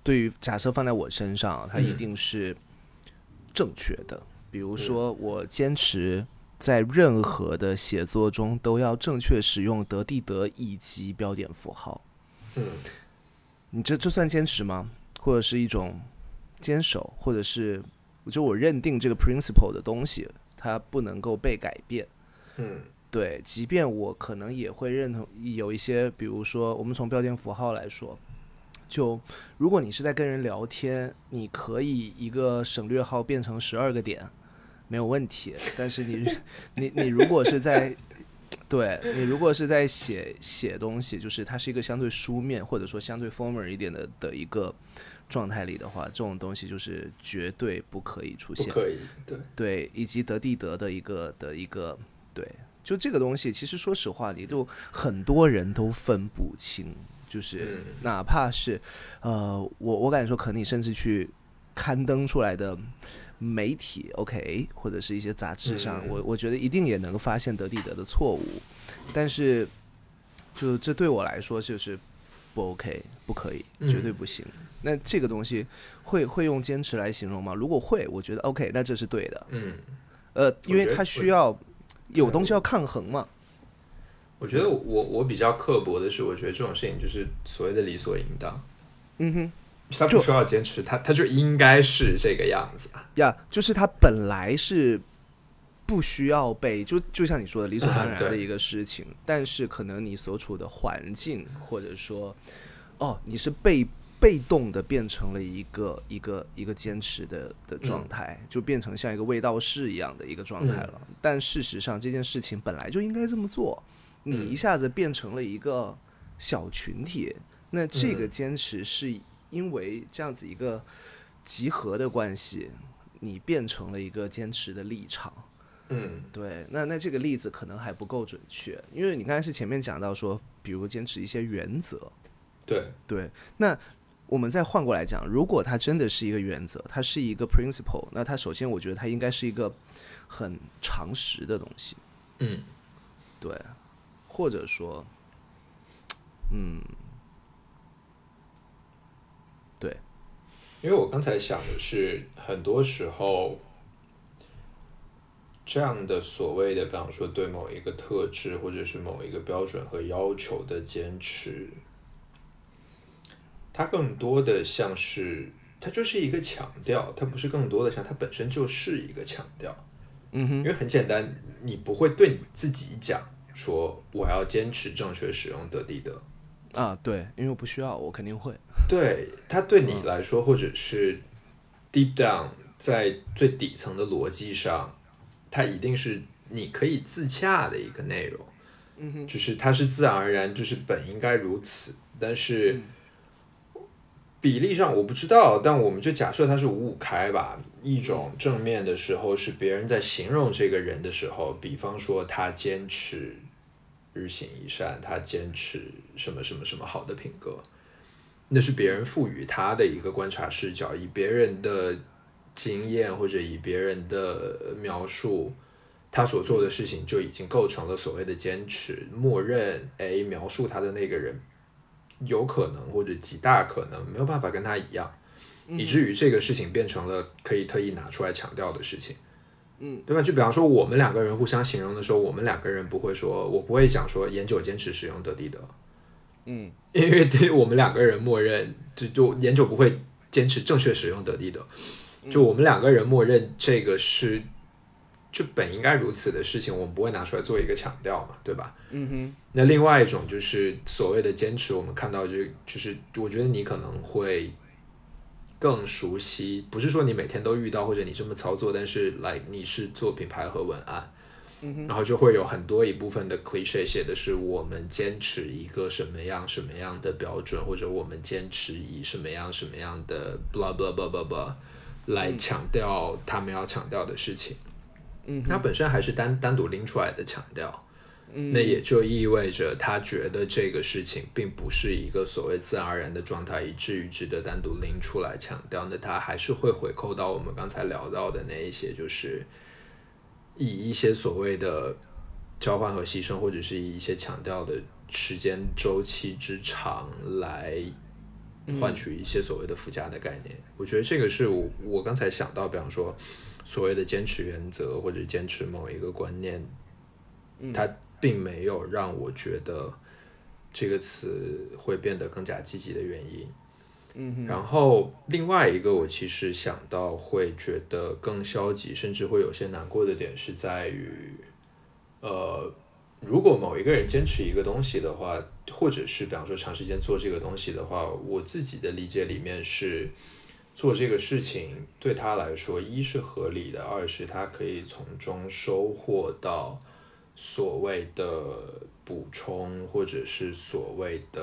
对于假设放在我身上，它一定是正确的。嗯、比如说，我坚持在任何的写作中都要正确使用德地德以及标点符号。 嗯， 你这这算坚持吗？或者是一种坚守，或者是就我认定这个 principle 的东西，它不能够被改变。 嗯， 对，即便我可能也会认同有一些，比如说我们从标点符号来说，就如果你是在跟人聊天，你可以一个省略号变成十二个点，没有问题。但是你你你如果是在对你如果是在写写东西，就是它是一个相对书面或者说相对 formal 一点的的一个状态里的话，这种东西就是绝对不可以出现， 不可以，对对，以及德地德的一个的一个对，就这个东西，其实说实话，你就很多人都分不清，就是哪怕是呃，我我感觉说，可能你甚至去刊登出来的媒体 OK 或者是一些杂志上， 嗯、 我我觉得一定也能够发现德地德的错误，但是就这对我来说就是不 OK， 不可以，绝对不行。嗯、那这个东西会会用坚持来形容吗？如果会，我觉得 OK， 那这是对的。 嗯， 呃，因为它需要有东西要抗衡嘛。 我觉得我我比较刻薄的是，我觉得这种事情就是所谓的理所应当。 嗯哼。 他不需要坚持，他他就应该是这个样子呀， yeah, 就是他本来是不需要被就就像你说的理所当然的一个事情，嗯、但是可能你所处的环境或者说哦你是被被动的变成了一个一个一个坚持的的状态，嗯、就变成像一个卫道士一样的一个状态了。嗯、但事实上这件事情本来就应该这么做，你一下子变成了一个小群体，那这个坚持是。因为这样子一个集合的关系，你变成了一个坚持的立场。 嗯， 对，那那这个例子可能还不够准确，因为你刚才是前面讲到说，比如坚持一些原则。 对对，那我们再换过来讲，如果它真的是一个原则，它是一个 principle， 那它首先我觉得它应该是一个很常识的东西。 嗯， 对，或者说，嗯。对， 因为我刚才想的是，很多时候这样的所谓的，比方说对某一个特质或者是某一个标准和要求的坚持，它更多的像是，它就是一个强调，它不是更多的像它本身就是一个强调。 嗯哼，因为很简单，你不会对你自己讲说我要坚持正确使用德地德。 啊，对，因为我不需要，我肯定会。 对，它对你来说，嗯、或者是 deep down 在最底层的逻辑上，它一定是你可以自洽的一个内容。 嗯哼， 就是它是自然而然，就是本应该如此。但是比例上我不知道，但我们就假设它是五五开吧。一种正面的时候是别人在形容这个人的时候，比方说他坚持日行一善，他坚持什么什么什么好的品格，那是别人赋予他的一个观察视角，以别人的经验或者以别人的描述，他所做的事情就已经构成了所谓的坚持，默认哎描述他的那个人有可能或者极大可能没有办法跟他一样，以至于这个事情变成了可以特意拿出来强调的事情。 嗯， 对吧？就比方说我们两个人互相形容的时候，我们两个人不会说，我不会讲说研九坚持使用德地德， 嗯， 因为对我们两个人默认，就就研九不会坚持正确使用德地德，就我们两个人默认这个是就本应该如此的事情，我们不会拿出来做一个强调嘛，对吧？ 嗯哼。 那另外一种就是所谓的坚持，我们看到就就是我觉得你可能会更熟悉，不是说你每天都遇到或者你这么操作，但是来你是做品牌和文案， 嗯、 然后就会有很多一部分的 cliché 写的是我们坚持一个什么样什么样的标准，或者我们坚持以什么样什么样的 blah blah blah blah blah 来强调他们要强调的事情。 嗯， 它本身还是单单独拎出来的强调。 嗯， 那也就意味着他觉得这个事情并不是一个所谓自然而然的状态，以至于值得单独拎出来强调。那他还是会回扣到我们刚才聊到的那一些，就是以一些所谓的交换和牺牲，或者是以一些强调的时间周期之长来换取一些所谓的附加的概念。嗯、我觉得这个是我我刚才想到，比方说所谓的坚持原则或者坚持某一个观念，它并没有让我觉得这个词会变得更加积极的原因。 嗯、 然后另外一个我其实想到会觉得更消极，甚至会有些难过的点是在于，呃，如果某一个人坚持一个东西的话，或者是比方说长时间做这个东西的话，我自己的理解里面是做这个事情对他来说，一是合理的，二是他可以从中收获到所谓的补充，或者是所谓的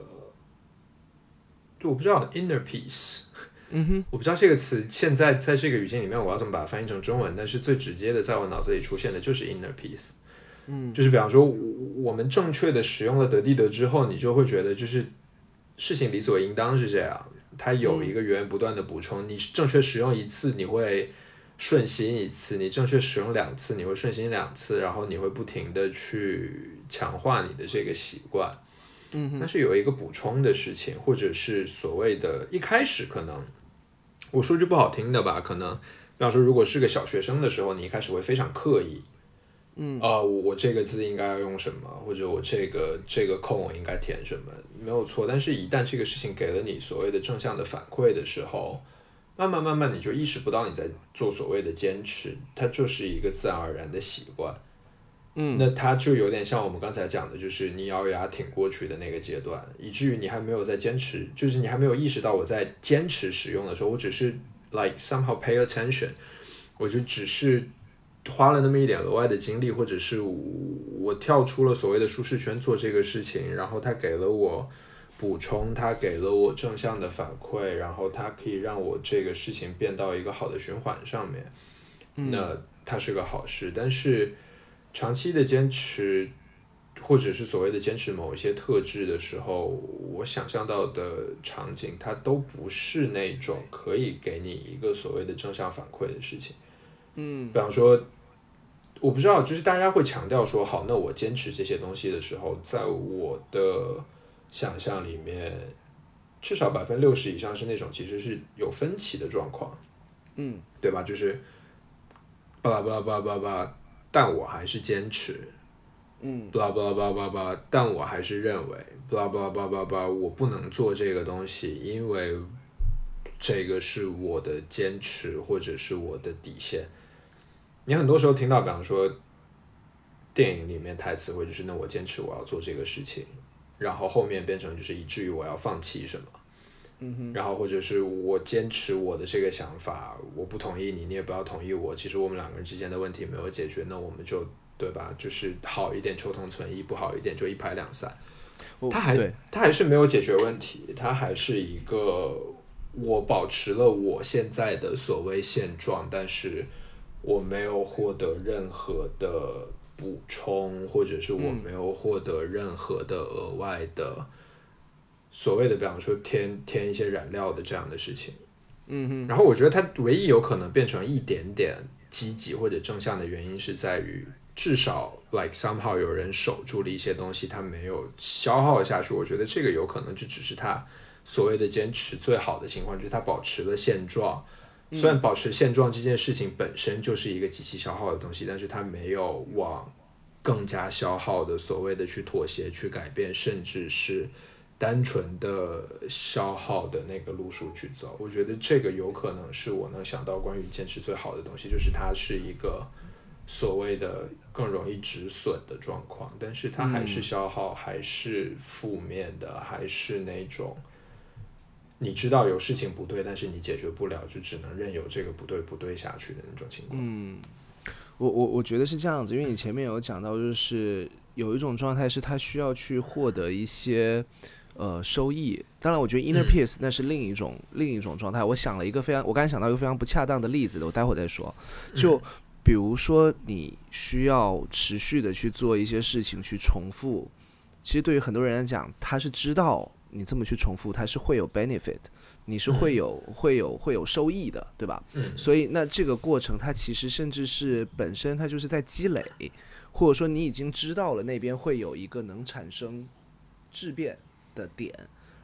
我不知道 inner peace， 嗯哼， 我不知道这个词现在在这个语境里面我要怎么把它翻译成中文，但是最直接的在我脑子里出现的就是 inner peace。 嗯， 就是比方说我们正确的使用了得地得之后，你就会觉得就是事情理所应当是这样，它有一个源源不断的补充，你正确使用一次你会顺心一次，你正确使用两次你会顺心两次，然后你会不停的去强化你的这个习惯。 嗯， 但是有一个补充的事情，或者是所谓的一开始可能我说句不好听的吧，可能比方说如果是个小学生的时候，你一开始会非常刻意， 嗯啊、呃，我这个字应该要用什么，或者我这个这个空我应该填什么，没有错。但是，一旦这个事情给了你所谓的正向的反馈的时候，慢慢慢慢你就意识不到你在做所谓的坚持，它就是一个自然而然的习惯。 嗯， 那它就有点像我们刚才讲的，就是你咬牙挺过去的那个阶段，以至于你还没有在坚持，就是你还没有意识到我在坚持使用的时候，我只是 like somehow pay attention， 我就只是花了那么一点额外的精力，或者是我跳出了所谓的舒适圈做这个事情，然后它给了我补充，它给了我正向的反馈，然后它可以让我这个事情变到一个好的循环上面，那它是个好事。但是长期的坚持，或者是所谓的坚持某一些特质的时候，我想象到的场景，它都不是那种可以给你一个所谓的正向反馈的事情。 嗯， 比方说，我不知道，就是大家会强调说，好，那我坚持这些东西的时候，在我的想象里面，至少百分之六十以上是那种其实是有分歧的状况， 嗯， 对吧？就是巴拉巴拉巴拉巴拉，但我还是坚持， 嗯， 巴拉巴拉巴拉巴拉，但我还是认为，巴拉巴拉巴拉巴拉，我不能做这个东西，因为这个是我的坚持或者是我的底线。你很多时候听到，比方说电影里面台词会就是那我坚持我要做这个事情，然后后面变成就是以至于我要放弃什么， 嗯哼， 然后或者是我坚持我的这个想法，我不同意你，你也不要同意我，其实我们两个人之间的问题没有解决，那我们就对吧？就是好一点求同存异，不好一点就一拍两散。他还他还是没有解决问题，他还是一个我保持了我现在的所谓现状，但是我没有获得任何的补充，或者是我没有获得任何的额外的所谓的，比方说添添一些燃料的这样的事情。 嗯哼。 然后我觉得它唯一有可能变成一点点积极或者正向的原因是在于，至少 like somehow 有人守住了一些东西，它没有消耗下去。我觉得这个有可能就只是他所谓的坚持最好的情况，就是他保持了现状。虽然保持现状这件事情本身就是一个极其消耗的东西，但是它没有往更加消耗的所谓的去妥协、去改变，甚至是单纯的消耗的那个路数去走。我觉得这个有可能是我能想到关于坚持最好的东西，就是它是一个所谓的更容易止损的状况，但是它还是消耗，还是负面的，还是那种你知道有事情不对，但是你解决不了，就只能任由这个不对不对下去的那种情况。 嗯，我我我觉得是这样子，因为你前面有讲到，就是有一种状态是他需要去获得一些呃收益。当然，我觉得 inner peace 那是另一种、嗯、另一种状态。我想了一个非常，我刚才想到一个非常不恰当的例子，我待会儿再说。就比如说，你需要持续的去做一些事情，去重复。其实对于很多人来讲，他是知道你这么去重复，它是会有 benefit， 你是会有、嗯、会有会有收益的，对吧？ 嗯， 所以那这个过程，它其实甚至是本身它就是在积累，或者说你已经知道了那边会有一个能产生质变的点，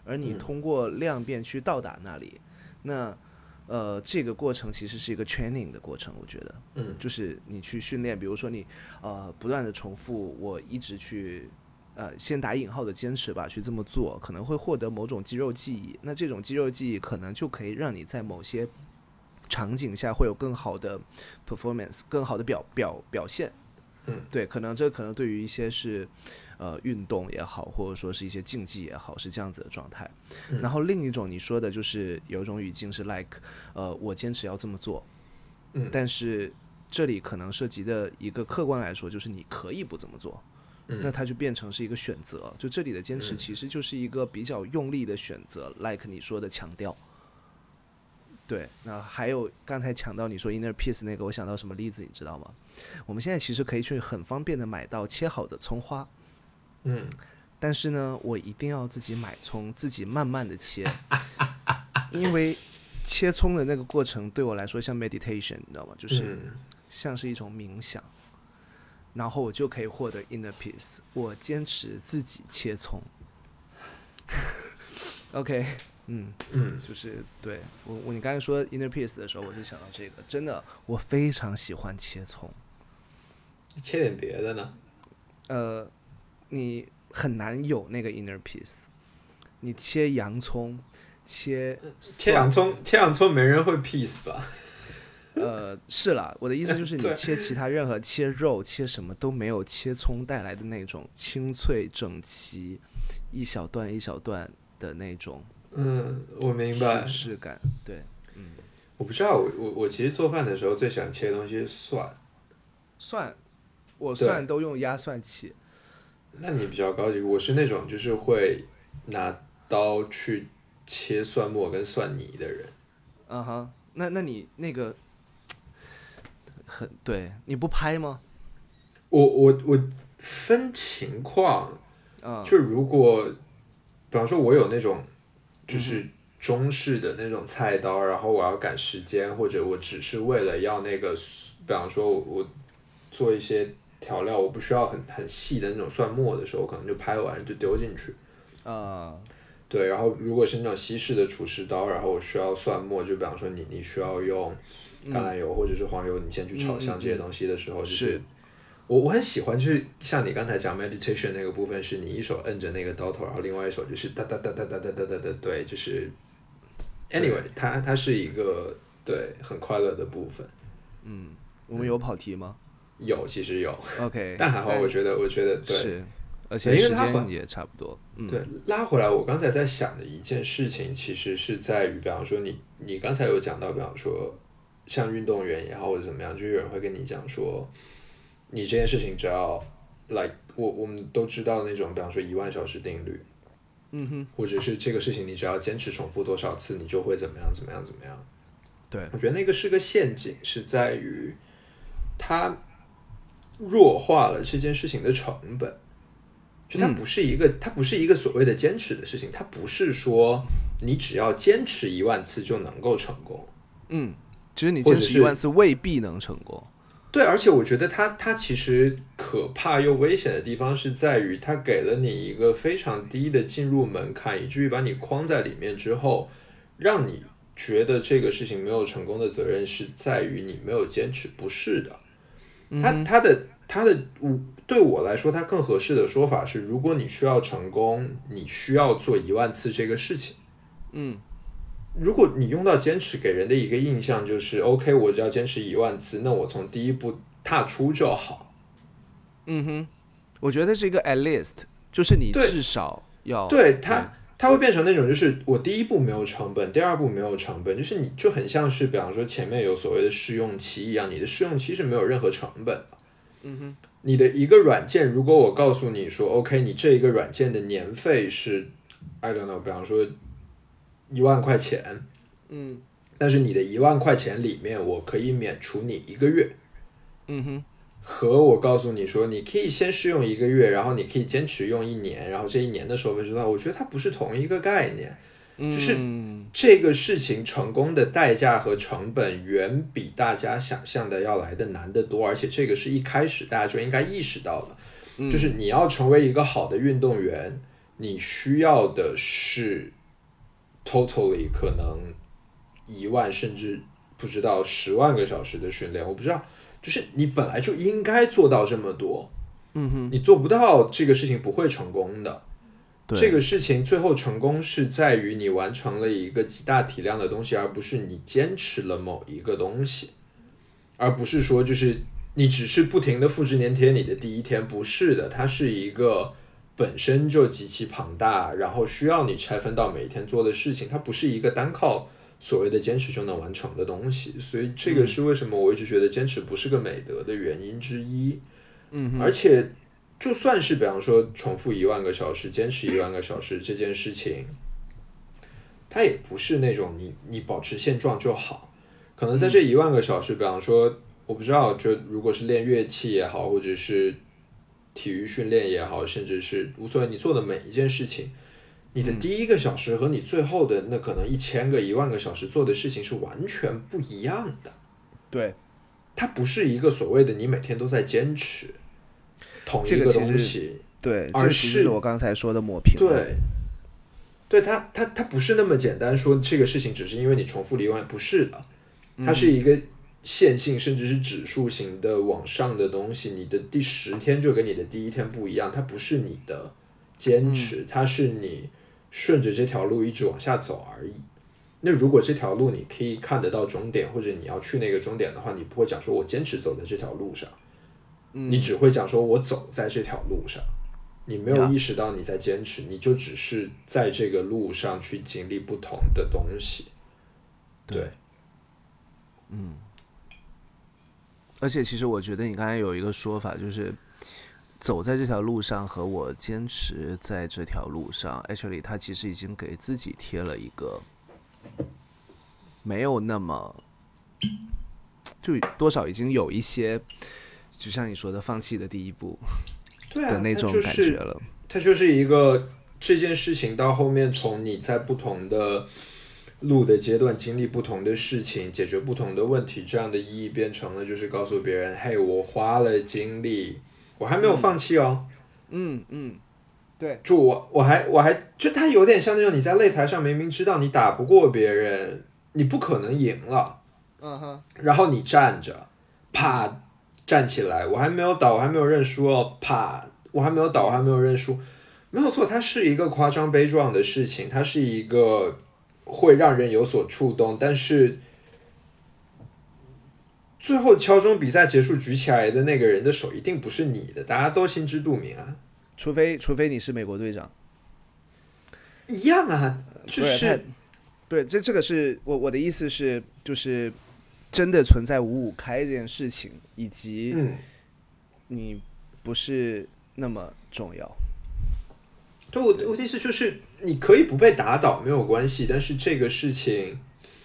而你通过量变去到达那里，那呃这个过程其实是一个 training 的过程，我觉得， 嗯， 就是你去训练，比如说你呃不断的重复，我一直去。呃，先打引号的坚持吧，去这么做，可能会获得某种肌肉记忆。那这种肌肉记忆可能就可以让你在某些场景下会有更好的 performance， 更好的表表表现。 嗯， 对，可能这可能对于一些是呃运动也好，或者说是一些竞技也好，是这样子的状态。 嗯、 然后另一种你说的就是有一种语境是 like， 呃，我坚持要这么做， 嗯， 但是这里可能涉及的一个客观来说，就是你可以不这么做。那它就变成是一个选择，就这里的坚持其实就是一个比较用力的选择、嗯、like 你说的强调。对，那还有刚才讲到你说 inner peace 那个，我想到什么例子你知道吗？我们现在其实可以去很方便的买到切好的葱花， 嗯， 但是呢，我一定要自己买葱，自己慢慢的切，因为切葱的那个过程对我来说像 meditation， 你知道吗？就是像是一种冥想。然后我就可以获得 inner peace。我坚持自己切葱。OK， 嗯嗯， 就是对我我你刚才说 inner peace 的时候，我就想到这个，真的，我非常喜欢切葱。 切点别的呢？ 呃，你很难有那个 inner peace。你切洋葱，切切洋葱，切洋葱没人会 peace 吧？ 呃，是啦，我的意思就是你切其他任何切肉切什么都没有切葱带来的那种清脆整齐，一小段一小段的那种， 嗯，我明白舒适感，对，嗯， 我不知道，我我我其实做饭的时候最喜欢切的东西是蒜， 蒜，我蒜都用压蒜器。 那你比较高级，我是那种就是会拿刀去切蒜末跟蒜泥的人。 嗯哼，那那你那个。很对，你不拍吗？ 我我我分情况， 嗯， 就如果，比方说我有那种就是中式的那种菜刀，然后我要赶时间，或者我只是为了要那个，比方说我我做一些调料，我不需要很很细的那种蒜末的时候，我可能就拍完就丢进去。 啊、嗯， 对，然后如果是那种西式的厨师刀，然后我需要蒜末，就比方说你你需要用橄榄油或者是黄油，你先去炒香这些东西的时候， 嗯、 就是我我很喜欢，就是像你刚才讲 meditation 那个部分，是你一手摁着那个刀头，然后另外一手就是哒哒哒哒哒哒哒哒哒，对，就是 anyway， 它它是一个对很快乐的部分。 嗯，我们有跑题吗？ 有，其实有。 OK， 但还好，我觉得我觉得对。 是。而且时间也差不多。嗯、 对，拉回来，我刚才在想的一件事情，其实是在于，比方说你，你刚才有讲到，比方说像运动员也好，或者怎么样，就有人会跟你讲说，你这件事情只要，like 我我们都知道那种，比方说一万小时定律， 嗯哼， 或者是这个事情你只要坚持重复多少次，你就会怎么样怎么样怎么样。 对， 我觉得那个是个陷阱，是在于它弱化了这件事情的成本。就它不是一个、嗯，它不是一个所谓的坚持的事情，它不是说你只要坚持一万次就能够成功。 嗯，其实你坚持一万次未必能成功。 对，而且我觉得它它其实可怕又危险的地方是在于，它给了你一个非常低的进入门槛，以至于把你框在里面之后，让你觉得这个事情没有成功的责任是在于你没有坚持，不是的。它它的它的对我来说，它更合适的说法是：如果你需要成功，你需要做一万次这个事情。 嗯， 如果你用到坚持，给人的一个印象就是 OK， 我只要坚持一万次，那我从第一步踏出就好。 嗯哼，我觉得是一个 at least， 就是你至少要对，对它。它会变成那种，就是我第一步没有成本，第二步没有成本，就是你就很像是，比方说前面有所谓的试用期一样，你的试用期是没有任何成本的。 嗯哼， 你的一个软件，如果我告诉你说 ，OK， 你这一个软件的年费是 ，I don't know， 比方说一万块钱， 嗯， 但是你的一万块钱里面，我可以免除你一个月。 嗯哼。 和我告诉你说，你可以先试用一个月，然后你可以坚持用一年，然后这一年的收费知道，我觉得它不是同一个概念， 嗯、 就是这个事情成功的代价和成本远比大家想象的要来的难得多，而且这个是一开始大家就应该意识到的， 嗯、 就是你要成为一个好的运动员，你需要的是 totally 可能一万甚至不知道十万个小时的训练，我不知道，就是你本来就应该做到这么多， 嗯哼， 你做不到这个事情不会成功的。 对， 这个事情最后成功是在于你完成了一个极大体量的东西，而不是你坚持了某一个东西，而不是说就是你只是不停的复制粘贴你的第一天，不是的，它是一个本身就极其庞大，然后需要你拆分到每一天做的事情，它不是一个单靠所谓的坚持就能完成的东西，所以这个是为什么我一直觉得坚持不是个美德的原因之一。 嗯哼， 而且就算是比方说重复一万个小时，坚持一万个小时这件事情，它也不是那种你你保持现状就好，可能在这一万个小时，比方说我不知道，就如果是练乐器也好，或者是体育训练也好，甚至是无所谓，你做的每一件事情，你的第一个小时和你最后的那可能一千个、一万个小时做的事情是完全不一样的。 对， 它不是一个所谓的你每天都在坚持同一个东西， 对， 而是我刚才说的抹平。 对，对，它它它不是那么简单说这个事情只是因为你重复了一万，不是的，它是一个线性甚至是指数型的往上的东西。你的第十天就跟你的第一天不一样，它不是你的坚持，它是你顺着这条路一直往下走而已。那如果这条路你可以看得到终点，或者你要去那个终点的话，你不会讲说我坚持走在这条路上，你只会讲说我走在这条路上，你没有意识到你在坚持，你就只是在这个路上去经历不同的东西。对， 嗯，而且其实我觉得你刚才有一个说法，就是走在这条路上和我坚持在这条路上 ，actually 他其实已经给自己贴了一个没有那么，就多少已经有一些，就像你说的放弃的第一步的那种感觉了。 它就是一个这件事情到后面，从你在不同的路的阶段经历不同的事情，解决不同的问题，这样的意义变成了就是告诉别人，嘿，我花了精力，我还没有放弃哦。 嗯嗯，对， 就我我还我还就它有点像那种你在擂台上明明知道你打不过别人，你不可能赢了， 嗯哼， 然后你站着，啪站起来，我还没有倒，我还没有认输哦，啪，我还没有倒，我还没有认输，没有错，它是一个夸张悲壮的事情，它是一个会让人有所触动，但是最后敲钟比赛结束举起来的那个人的手一定不是你的，大家都心知肚明啊。 除非除非你是美国队长， 一样啊，就是对，这这个是我我的意思是，就是真的存在五五开这件事情，以及你不是那么重要。 对，我我的意思就是，你可以不被打倒没有关系，但是这个事情，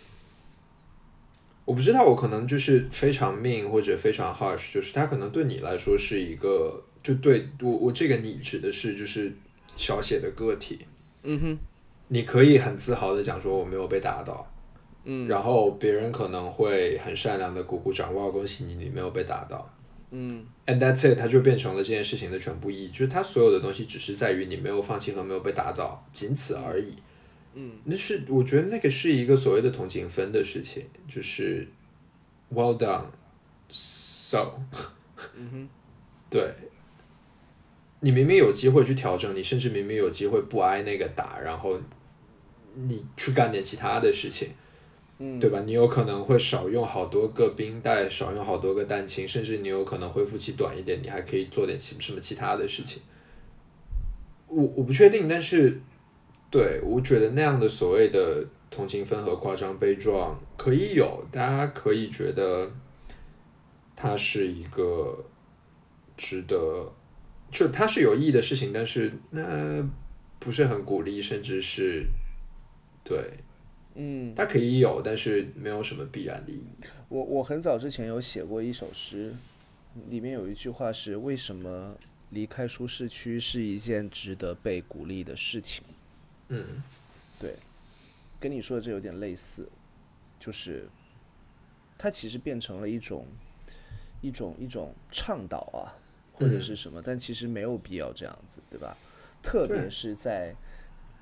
我不知道，我可能就是非常mean或者非常 harsh， 就是它可能对你来说是一个，就对我我这个你指的是就是小写的个体， 嗯哼， 你可以很自豪的讲说我没有被打倒， 嗯， 然后别人可能会很善良的鼓鼓掌，哇，恭喜你，你没有被打倒。 嗯 ，and that's it， 它就变成了这件事情的全部意义，就是它所有的东西只是在于你没有放弃和没有被打倒，仅此而已。 嗯， 那是我觉得那个是一个所谓的同情分的事情，就是 well done，so， 嗯哼， 对，你明明有机会去调整，你甚至明明有机会不挨那个打，然后你去干点其他的事情。对吧？你有可能会少用好多个冰袋，少用好多个蛋清，甚至你有可能恢复期短一点，你还可以做点其什么其他的事情。我我不确定，但是对我觉得那样的所谓的同情分和夸张悲壮可以有，大家可以觉得它是一个值得，就它是有意义的事情，但是那不是很鼓励，甚至是对。 嗯， 它可以有，但是没有什么必然的意义。 我我很早之前有写过一首诗，里面有一句话是：为什么离开舒适区是一件值得被鼓励的事情？ 嗯， 对，跟你说的这有点类似，就是它其实变成了一种一种一种倡导啊，或者是什么，嗯、但其实没有必要这样子，对吧？特别是在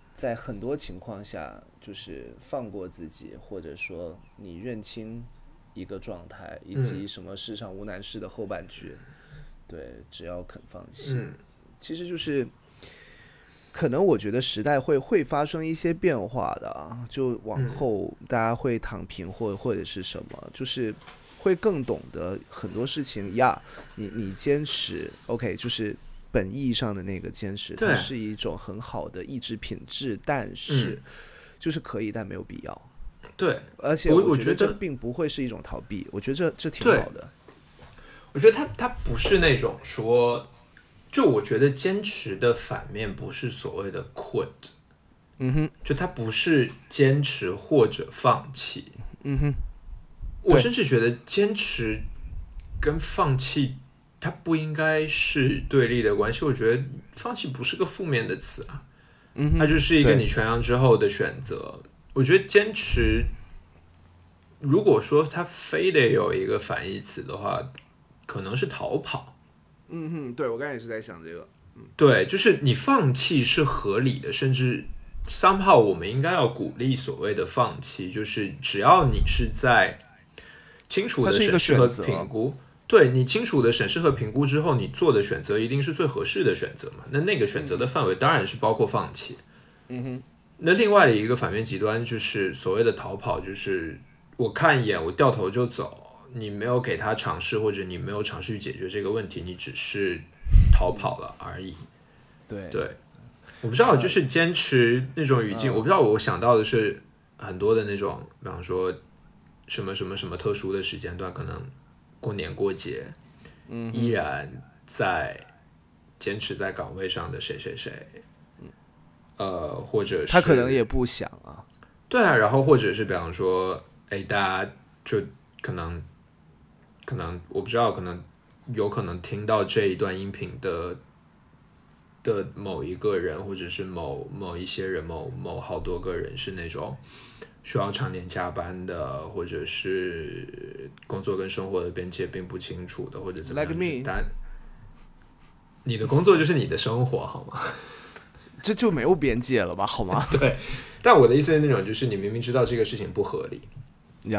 在很多情况下，就是放过自己，或者说你认清一个状态，以及什么世上无难事的后半句。对，只要肯放弃， 嗯， 其实就是可能我觉得时代会会发生一些变化的啊，就往后大家会躺平或或者是什么，就是会更懂得很多事情呀。你你坚持 ，OK， 就是本意义上的那个坚持，它是一种很好的意志品质，但是、嗯、就是可以，但没有必要。 对， 而且我觉得这并不会是一种逃避，我觉得这这挺好的。 我觉得他他不是那种说，就我觉得坚持的反面不是所谓的 quit， 嗯哼， 就他不是坚持或者放弃， 嗯哼， 我甚至觉得坚持跟放弃它不应该是对立的关系。我觉得放弃不是个负面的词啊， 嗯哼， 它就是一个你全阳之后的选择。我觉得坚持，如果说它非得有一个反义词的话，可能是逃跑。 嗯哼，对，我刚才也是在想这个。 嗯，对，就是你放弃是合理的，甚至 somehow 我们应该要鼓励所谓的放弃，就是只要你是在清楚的审视和评估，对，你清楚的审视和评估之后，你做的选择一定是最合适的选择嘛？那那个选择的范围当然是包括放弃。 嗯哼。 那另外的一个反面极端就是所谓的逃跑，就是我看一眼，我掉头就走。你没有给他尝试，或者你没有尝试去解决这个问题，你只是逃跑了而已。 对对，我不知道，就是坚持那种语境，呃、我不知道，我想到的是很多的那种，比方说什么什么什么特殊的时间段，可能过年过节， 嗯， 依然在坚持在岗位上的谁谁谁，呃，或者是他可能也不想啊， 对啊，然后或者是比方说，哎，大家就可能。可能我不知道，可能有可能听到这一段音频的的某一个人，或者是某某一些人，某某好多个人是那种需要常年加班的，或者是工作跟生活的边界并不清楚的，或者怎么样。 Like me， 但你的工作就是你的生活，好吗？ 这就没有边界了吧，好吗？ 对，但我的意思是那种，就是你明明知道这个事情不合理， 呀、yeah, ，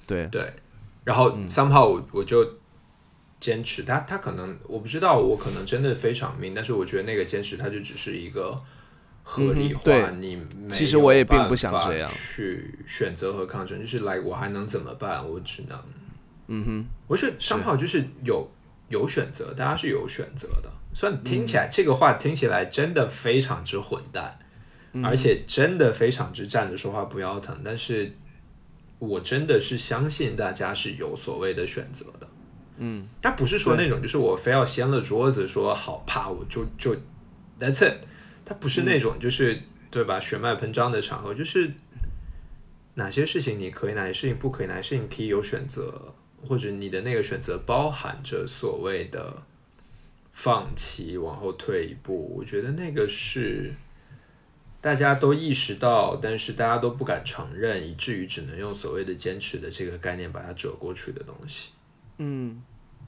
对对。然后 somehow 我我就坚持，他他可能我不知道，我可能真的非常命，但是我觉得那个坚持，它就只是一个合理化， 嗯、 你其实我也并不想这样去选择和抗争，就是来我还能怎么办？我只能， 嗯哼， 我觉得 somehow 就是有有选择，大家是有选择的。虽然听起来、嗯、这个话听起来真的非常之混蛋， 嗯、 而且真的非常之站着说话不腰疼，但是。我真的是相信大家是有所谓的选择的， 嗯， 他不是说那种就是我非要掀了桌子说好怕我就就 that's it， 他不是那种就是、嗯、对吧血脉喷张的场合，就是哪些事情你可以，哪些事情不可以，哪些事情可以有选择，或者你的那个选择包含着所谓的放弃，往后退一步，我觉得那个是。大家都意识到，但是大家都不敢承认，以至于只能用所谓的坚持的这个概念把它折过去的东西。 嗯，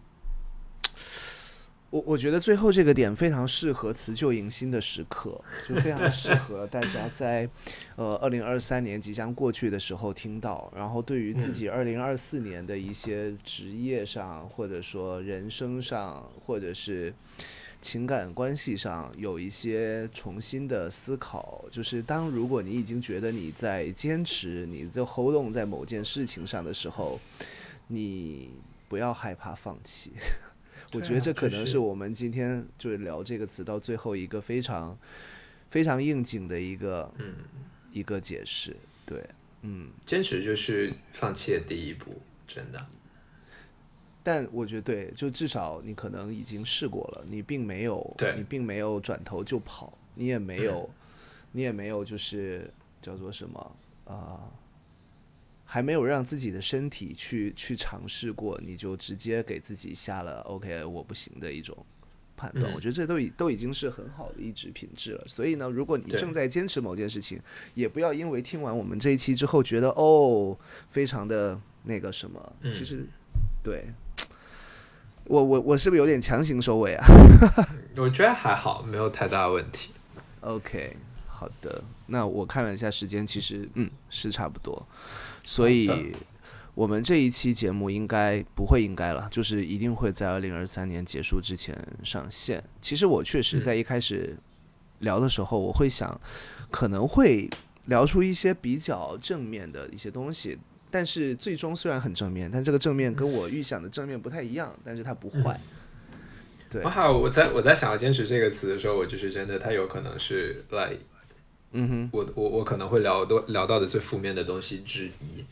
我我觉得最后这个点非常适合辞旧迎新的时刻，就非常适合大家在呃二零二三年即将过去的时候听到，然后对于自己二零二四年的一些职业上，或者说人生上，或者是。情感关系上有一些重新的思考，就是当如果你已经觉得你在坚持，你在 hold on 在某件事情上的时候，你不要害怕放弃。我觉得这可能是我们今天就是聊这个词到最后一个非常非常应景的一个、嗯、一个解释。对，嗯， 坚持就是放弃的第一步，真的。 但我觉得对，就至少你可能已经试过了，你并没有，你并没有转头就跑，你也没有，嗯、你也没有就是叫做什么啊、呃，还没有让自己的身体去去尝试过，你就直接给自己下了 OK 我不行的一种判断。嗯、我觉得这都已都已经是很好的意志品质了。所以呢，如果你正在坚持某件事情，也不要因为听完我们这一期之后觉得哦，非常的那个什么， 嗯、 其实对。我我我是不是有点强行收尾啊？ 我觉得还好，没有太大问题。 OK， 好的。那我看了一下时间，其实嗯是差不多，所以我们这一期节目应该不会应该了，就是一定会在二零二三年结束之前上线。其实我确实在一开始聊的时候，我会想可能会聊出一些比较正面的一些东西，但是最终虽然很正面，但这个正面跟我预想的正面不太一样，但是它不坏。对， 哇，我在我在想要坚持这个词的时候，我就是真的，它有可能是来， 嗯哼， 我我我可能会聊多聊到的最负面的东西之一。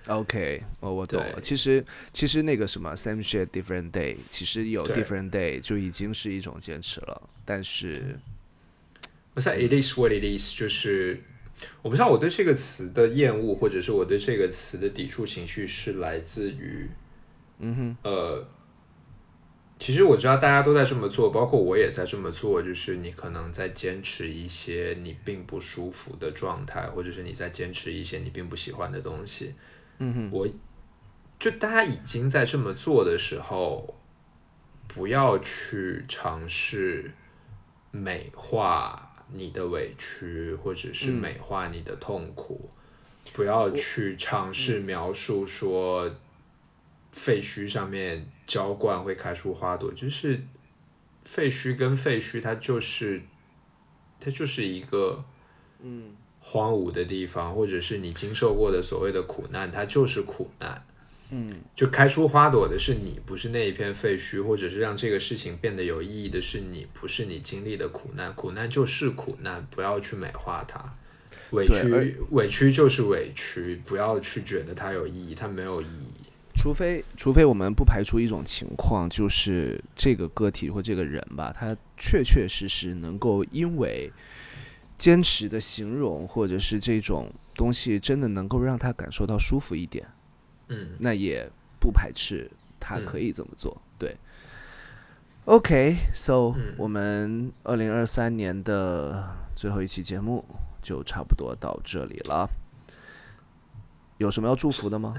OK， 哦，我懂了。其实其实那个什么 same shit different day， 其实有 different day 就已经是一种坚持了。但是， 我想 it is what it is， 就是我不知道我对这个词的厌恶，或者是我对这个词的抵触情绪是来自于， 嗯哼， 呃。其实我知道大家都在这么做，包括我也在这么做，就是你可能在坚持一些你并不舒服的状态，或者是你在坚持一些你并不喜欢的东西。 嗯哼， 我就大家已经在这么做的时候，不要去尝试美化你的委屈，或者是美化你的痛苦，嗯、不要去尝试描述说废墟上面浇灌会开出花朵，就是废墟跟废墟，它就是它就是一个嗯荒芜的地方，或者是你经受过的所谓的苦难，它就是苦难。嗯，就开出花朵的是你，不是那一片废墟，或者是让这个事情变得有意义的是你，不是你经历的苦难。苦难就是苦难，不要去美化它。委屈委屈就是委屈，不要去觉得它有意义，它没有意义。 除非除非我们不排除一种情况，就是这个个体或这个人吧，他确确实实能够因为坚持的形容或者是这种东西真的能够让他感受到舒服一点，嗯，那也不排斥他可以这么做，嗯、对。OK，so、嗯、我们二零二三年的最后一期节目就差不多到这里了，有什么要祝福的吗？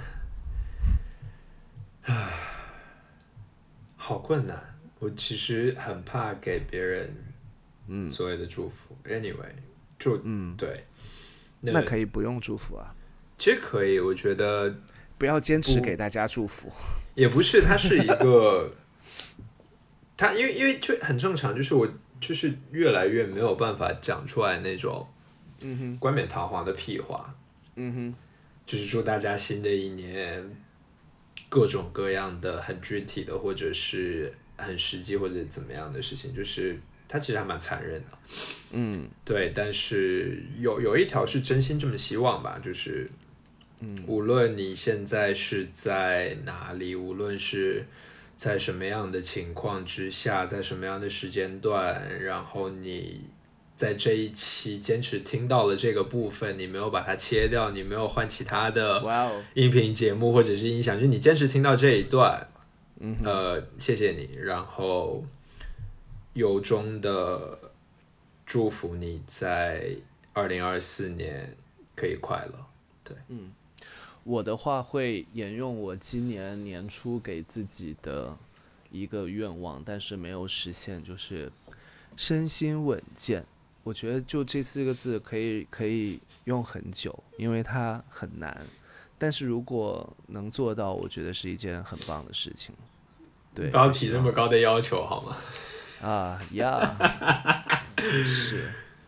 好困难，我其实很怕给别人所谓的祝福。嗯、anyway， 就嗯对那，那可以不用祝福啊。 其实可以，我觉得不要坚持给大家祝福。 也不是，它是一个，它因为因为就很正常，就是我就是越来越没有办法讲出来那种嗯哼冠冕堂皇的屁话。嗯哼，就是祝大家新的一年。各种各样的很具体的，或者是很实际或者怎么样的事情，就是它其实还蛮残忍的，嗯，对。但是有有一条是真心这么希望吧，就是，嗯，无论你现在是在哪里，无论是在什么样的情况之下，在什么样的时间段，然后你在这一期坚持听到了这个部分，你没有把它切掉，你没有换其他的音频节目或者是音响，就是你坚持听到这一段，嗯、呃，谢谢你，然后由衷的祝福你在二零二四年可以快乐。对， 嗯，我的话会沿用我今年年初给自己的一个愿望，但是没有实现，就是身心稳健。我觉得就这四个字可以可以用很久，因为它很难，但是如果能做到，我觉得是一件很棒的事情。对， 不要提这么高的要求好吗？ 啊呀，是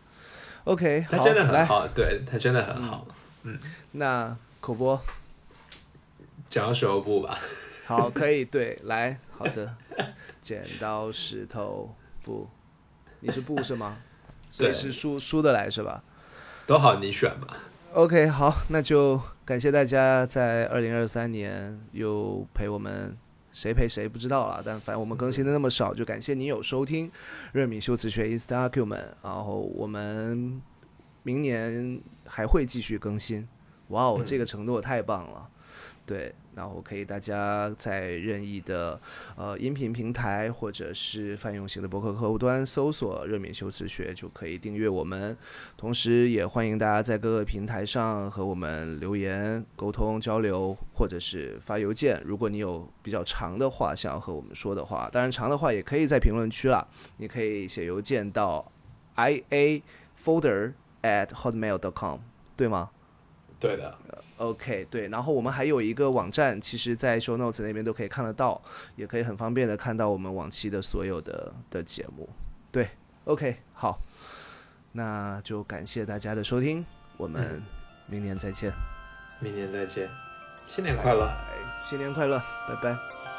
，OK， 他真的很好，对他真的很好。嗯，嗯那口播讲到石头布吧。 好，可以，对，来，好的，剪刀石头布，你是布是吗？所以是输输的来是吧？ 都好，你选吧。 OK， 好，那就感谢大家在二零二三年又陪我们，谁陪谁不知道了，但反正我们更新的那么少，就感谢你有收听热敏修辞学 Insta Argument， 然后我们明年还会继续更新。哇哦，这个承诺太棒了。对，然后可以大家在任意的呃音频平台或者是泛用型的博客客户端搜索热敏修辞学就可以订阅我们，同时也欢迎大家在各个平台上和我们留言沟通交流，或者是发邮件，如果你有比较长的话想要和我们说的话，当然长的话也可以在评论区啦，你可以写邮件到 i a folder at hotmail dot com， 对吗？ 对的。 OK， 对，然后我们还有一个网站，其实在 show notes 那边都可以看得到，也可以很方便的看到我们往期的所有的的节目。对 ，OK， 好，那就感谢大家的收听，我们明年再见。 明年再见，新年快乐！ 新年快乐，拜拜。